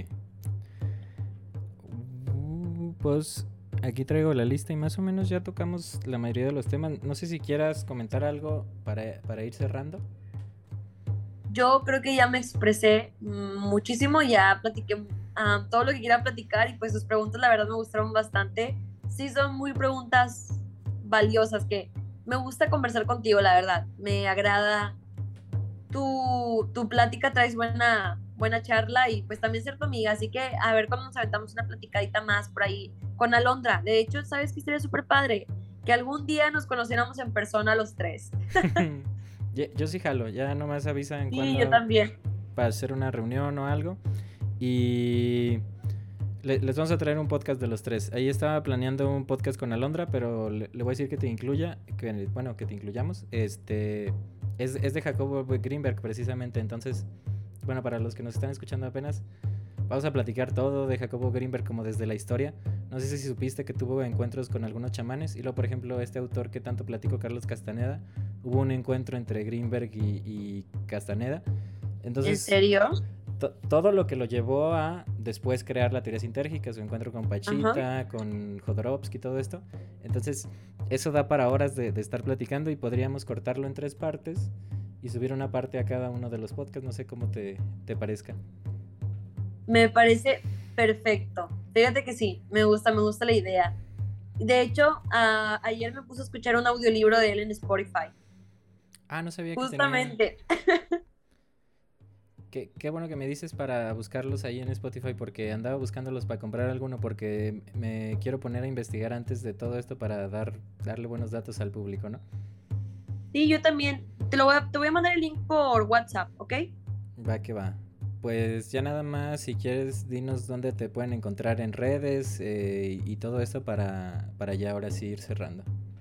Uh, pues aquí traigo la lista y más o menos ya tocamos la mayoría de los temas. No sé si quieras comentar algo para, para ir cerrando. Yo creo que ya me expresé mm, muchísimo, ya platiqué ah, todo lo que quería platicar y pues tus preguntas la verdad me gustaron bastante. Sí, son muy preguntas valiosas que me gusta conversar contigo, la verdad. Me agrada tu, tu plática, traes buena, buena charla y pues también ser tu amiga, así que a ver cuando nos aventamos una platicadita más por ahí con Alondra. De hecho, ¿sabes qué sería súper padre? Que algún día nos conociéramos en persona los tres. Yo, yo sí jalo, ya nomás avisan Sí, yo cuando también. para hacer una reunión o algo. Y Le, les vamos a traer un podcast de los tres. Ahí estaba planeando un podcast con Alondra, pero le, le voy a decir que te incluya, que, bueno, que te incluyamos. Este, es, es de Jacobo Greenberg precisamente, entonces, bueno, para los que nos están escuchando apenas, vamos a platicar todo de Jacobo Greenberg como desde la historia. No sé si supiste que tuvo encuentros con algunos chamanes. Y luego, por ejemplo, este autor que tanto platico, Carlos Castaneda, hubo un encuentro entre Greenberg y, y Castaneda. Entonces, ¿en serio? To- todo lo que lo llevó a después crear la teoría sintérgica, su encuentro con Pachita, Ajá. con Jodorowsky, todo esto. Entonces, eso da para horas de, de estar platicando y podríamos cortarlo en tres partes y subir una parte a cada uno de los podcasts. No sé cómo te, te parezca. Me parece perfecto. Fíjate que sí, me gusta, me gusta la idea. De hecho, uh, ayer me puse a escuchar un audiolibro de él en Spotify. Ah, no sabía Justamente. que tenía... Qué, qué bueno que me dices para buscarlos ahí en Spotify, porque andaba buscándolos para comprar alguno, porque me quiero poner a investigar antes de todo esto para dar, darle buenos datos al público, ¿no? Sí, yo también. Te, lo voy a, te voy a mandar el link por WhatsApp, ¿ok? Va que va. Pues ya nada más, si quieres, dinos dónde te pueden encontrar en redes eh, y todo esto para, para ya ahora sí ir cerrando.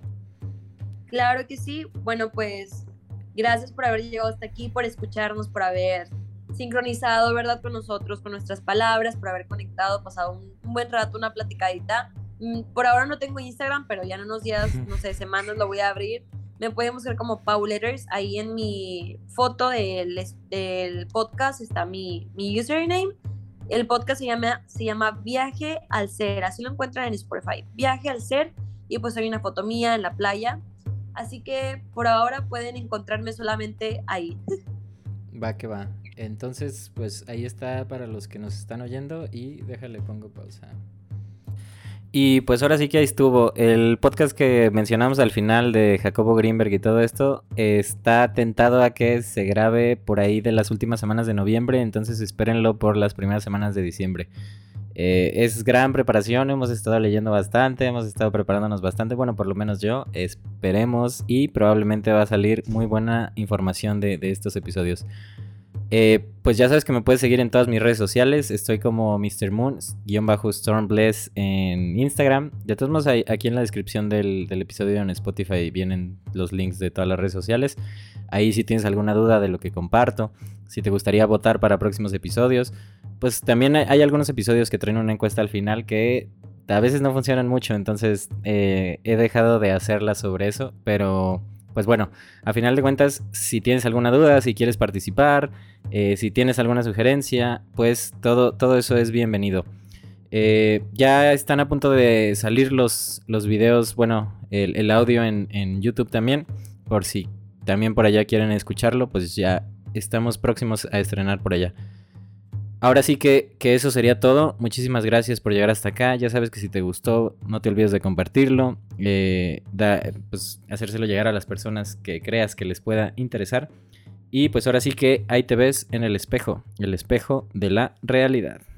Claro que sí. Bueno, pues gracias por haber llegado hasta aquí, por escucharnos, por haber sincronizado, ¿verdad?, con nosotros, con nuestras palabras, por haber conectado, pasado un, un buen rato, una platicadita. Por ahora no tengo Instagram, pero ya en unos días, no sé, semanas lo voy a abrir. Me pueden buscar como Pau Letters. Ahí en mi foto del, del podcast está mi, mi username. El podcast se llama, se llama Viaje al Ser. Así lo encuentran en Spotify. Viaje al Ser. Y pues hay una foto mía en la playa. Así que por ahora pueden encontrarme solamente ahí. Va que va. Entonces, pues ahí está para los que nos están oyendo y déjale pongo pausa. Y pues ahora sí que ahí estuvo. El podcast que mencionamos al final de Jacobo Greenberg y todo esto está tentado a que se grabe por ahí de las últimas semanas de noviembre, entonces espérenlo por las primeras semanas de diciembre. Eh, es gran preparación, hemos estado leyendo bastante, hemos estado preparándonos bastante, bueno, por lo menos yo, esperemos, y probablemente va a salir muy buena información de, de estos episodios. Eh, pues ya sabes que me puedes seguir en todas mis redes sociales. Estoy como mister Moon guión bajo Stormbless en Instagram. De todos modos, aquí en la descripción del, del episodio en Spotify vienen los links de todas las redes sociales. Ahí si tienes alguna duda de lo que comparto, si te gustaría votar para próximos episodios, pues también hay, hay algunos episodios que traen una encuesta al final que a veces no funcionan mucho. Entonces eh, he dejado de hacerla sobre eso, pero... Pues bueno, a final de cuentas, si tienes alguna duda, si quieres participar, eh, si tienes alguna sugerencia, pues todo, todo eso es bienvenido. Eh, ya están a punto de salir los, los videos, bueno, el, el audio en, en YouTube también, por si también por allá quieren escucharlo, pues ya estamos próximos a estrenar por allá. Ahora sí que, que eso sería todo. Muchísimas gracias por llegar hasta acá. Ya sabes que si te gustó, no te olvides de compartirlo. Eh, da, pues hacérselo llegar a las personas que creas que les pueda interesar. Y pues ahora sí que ahí te ves en el espejo. El espejo de la realidad.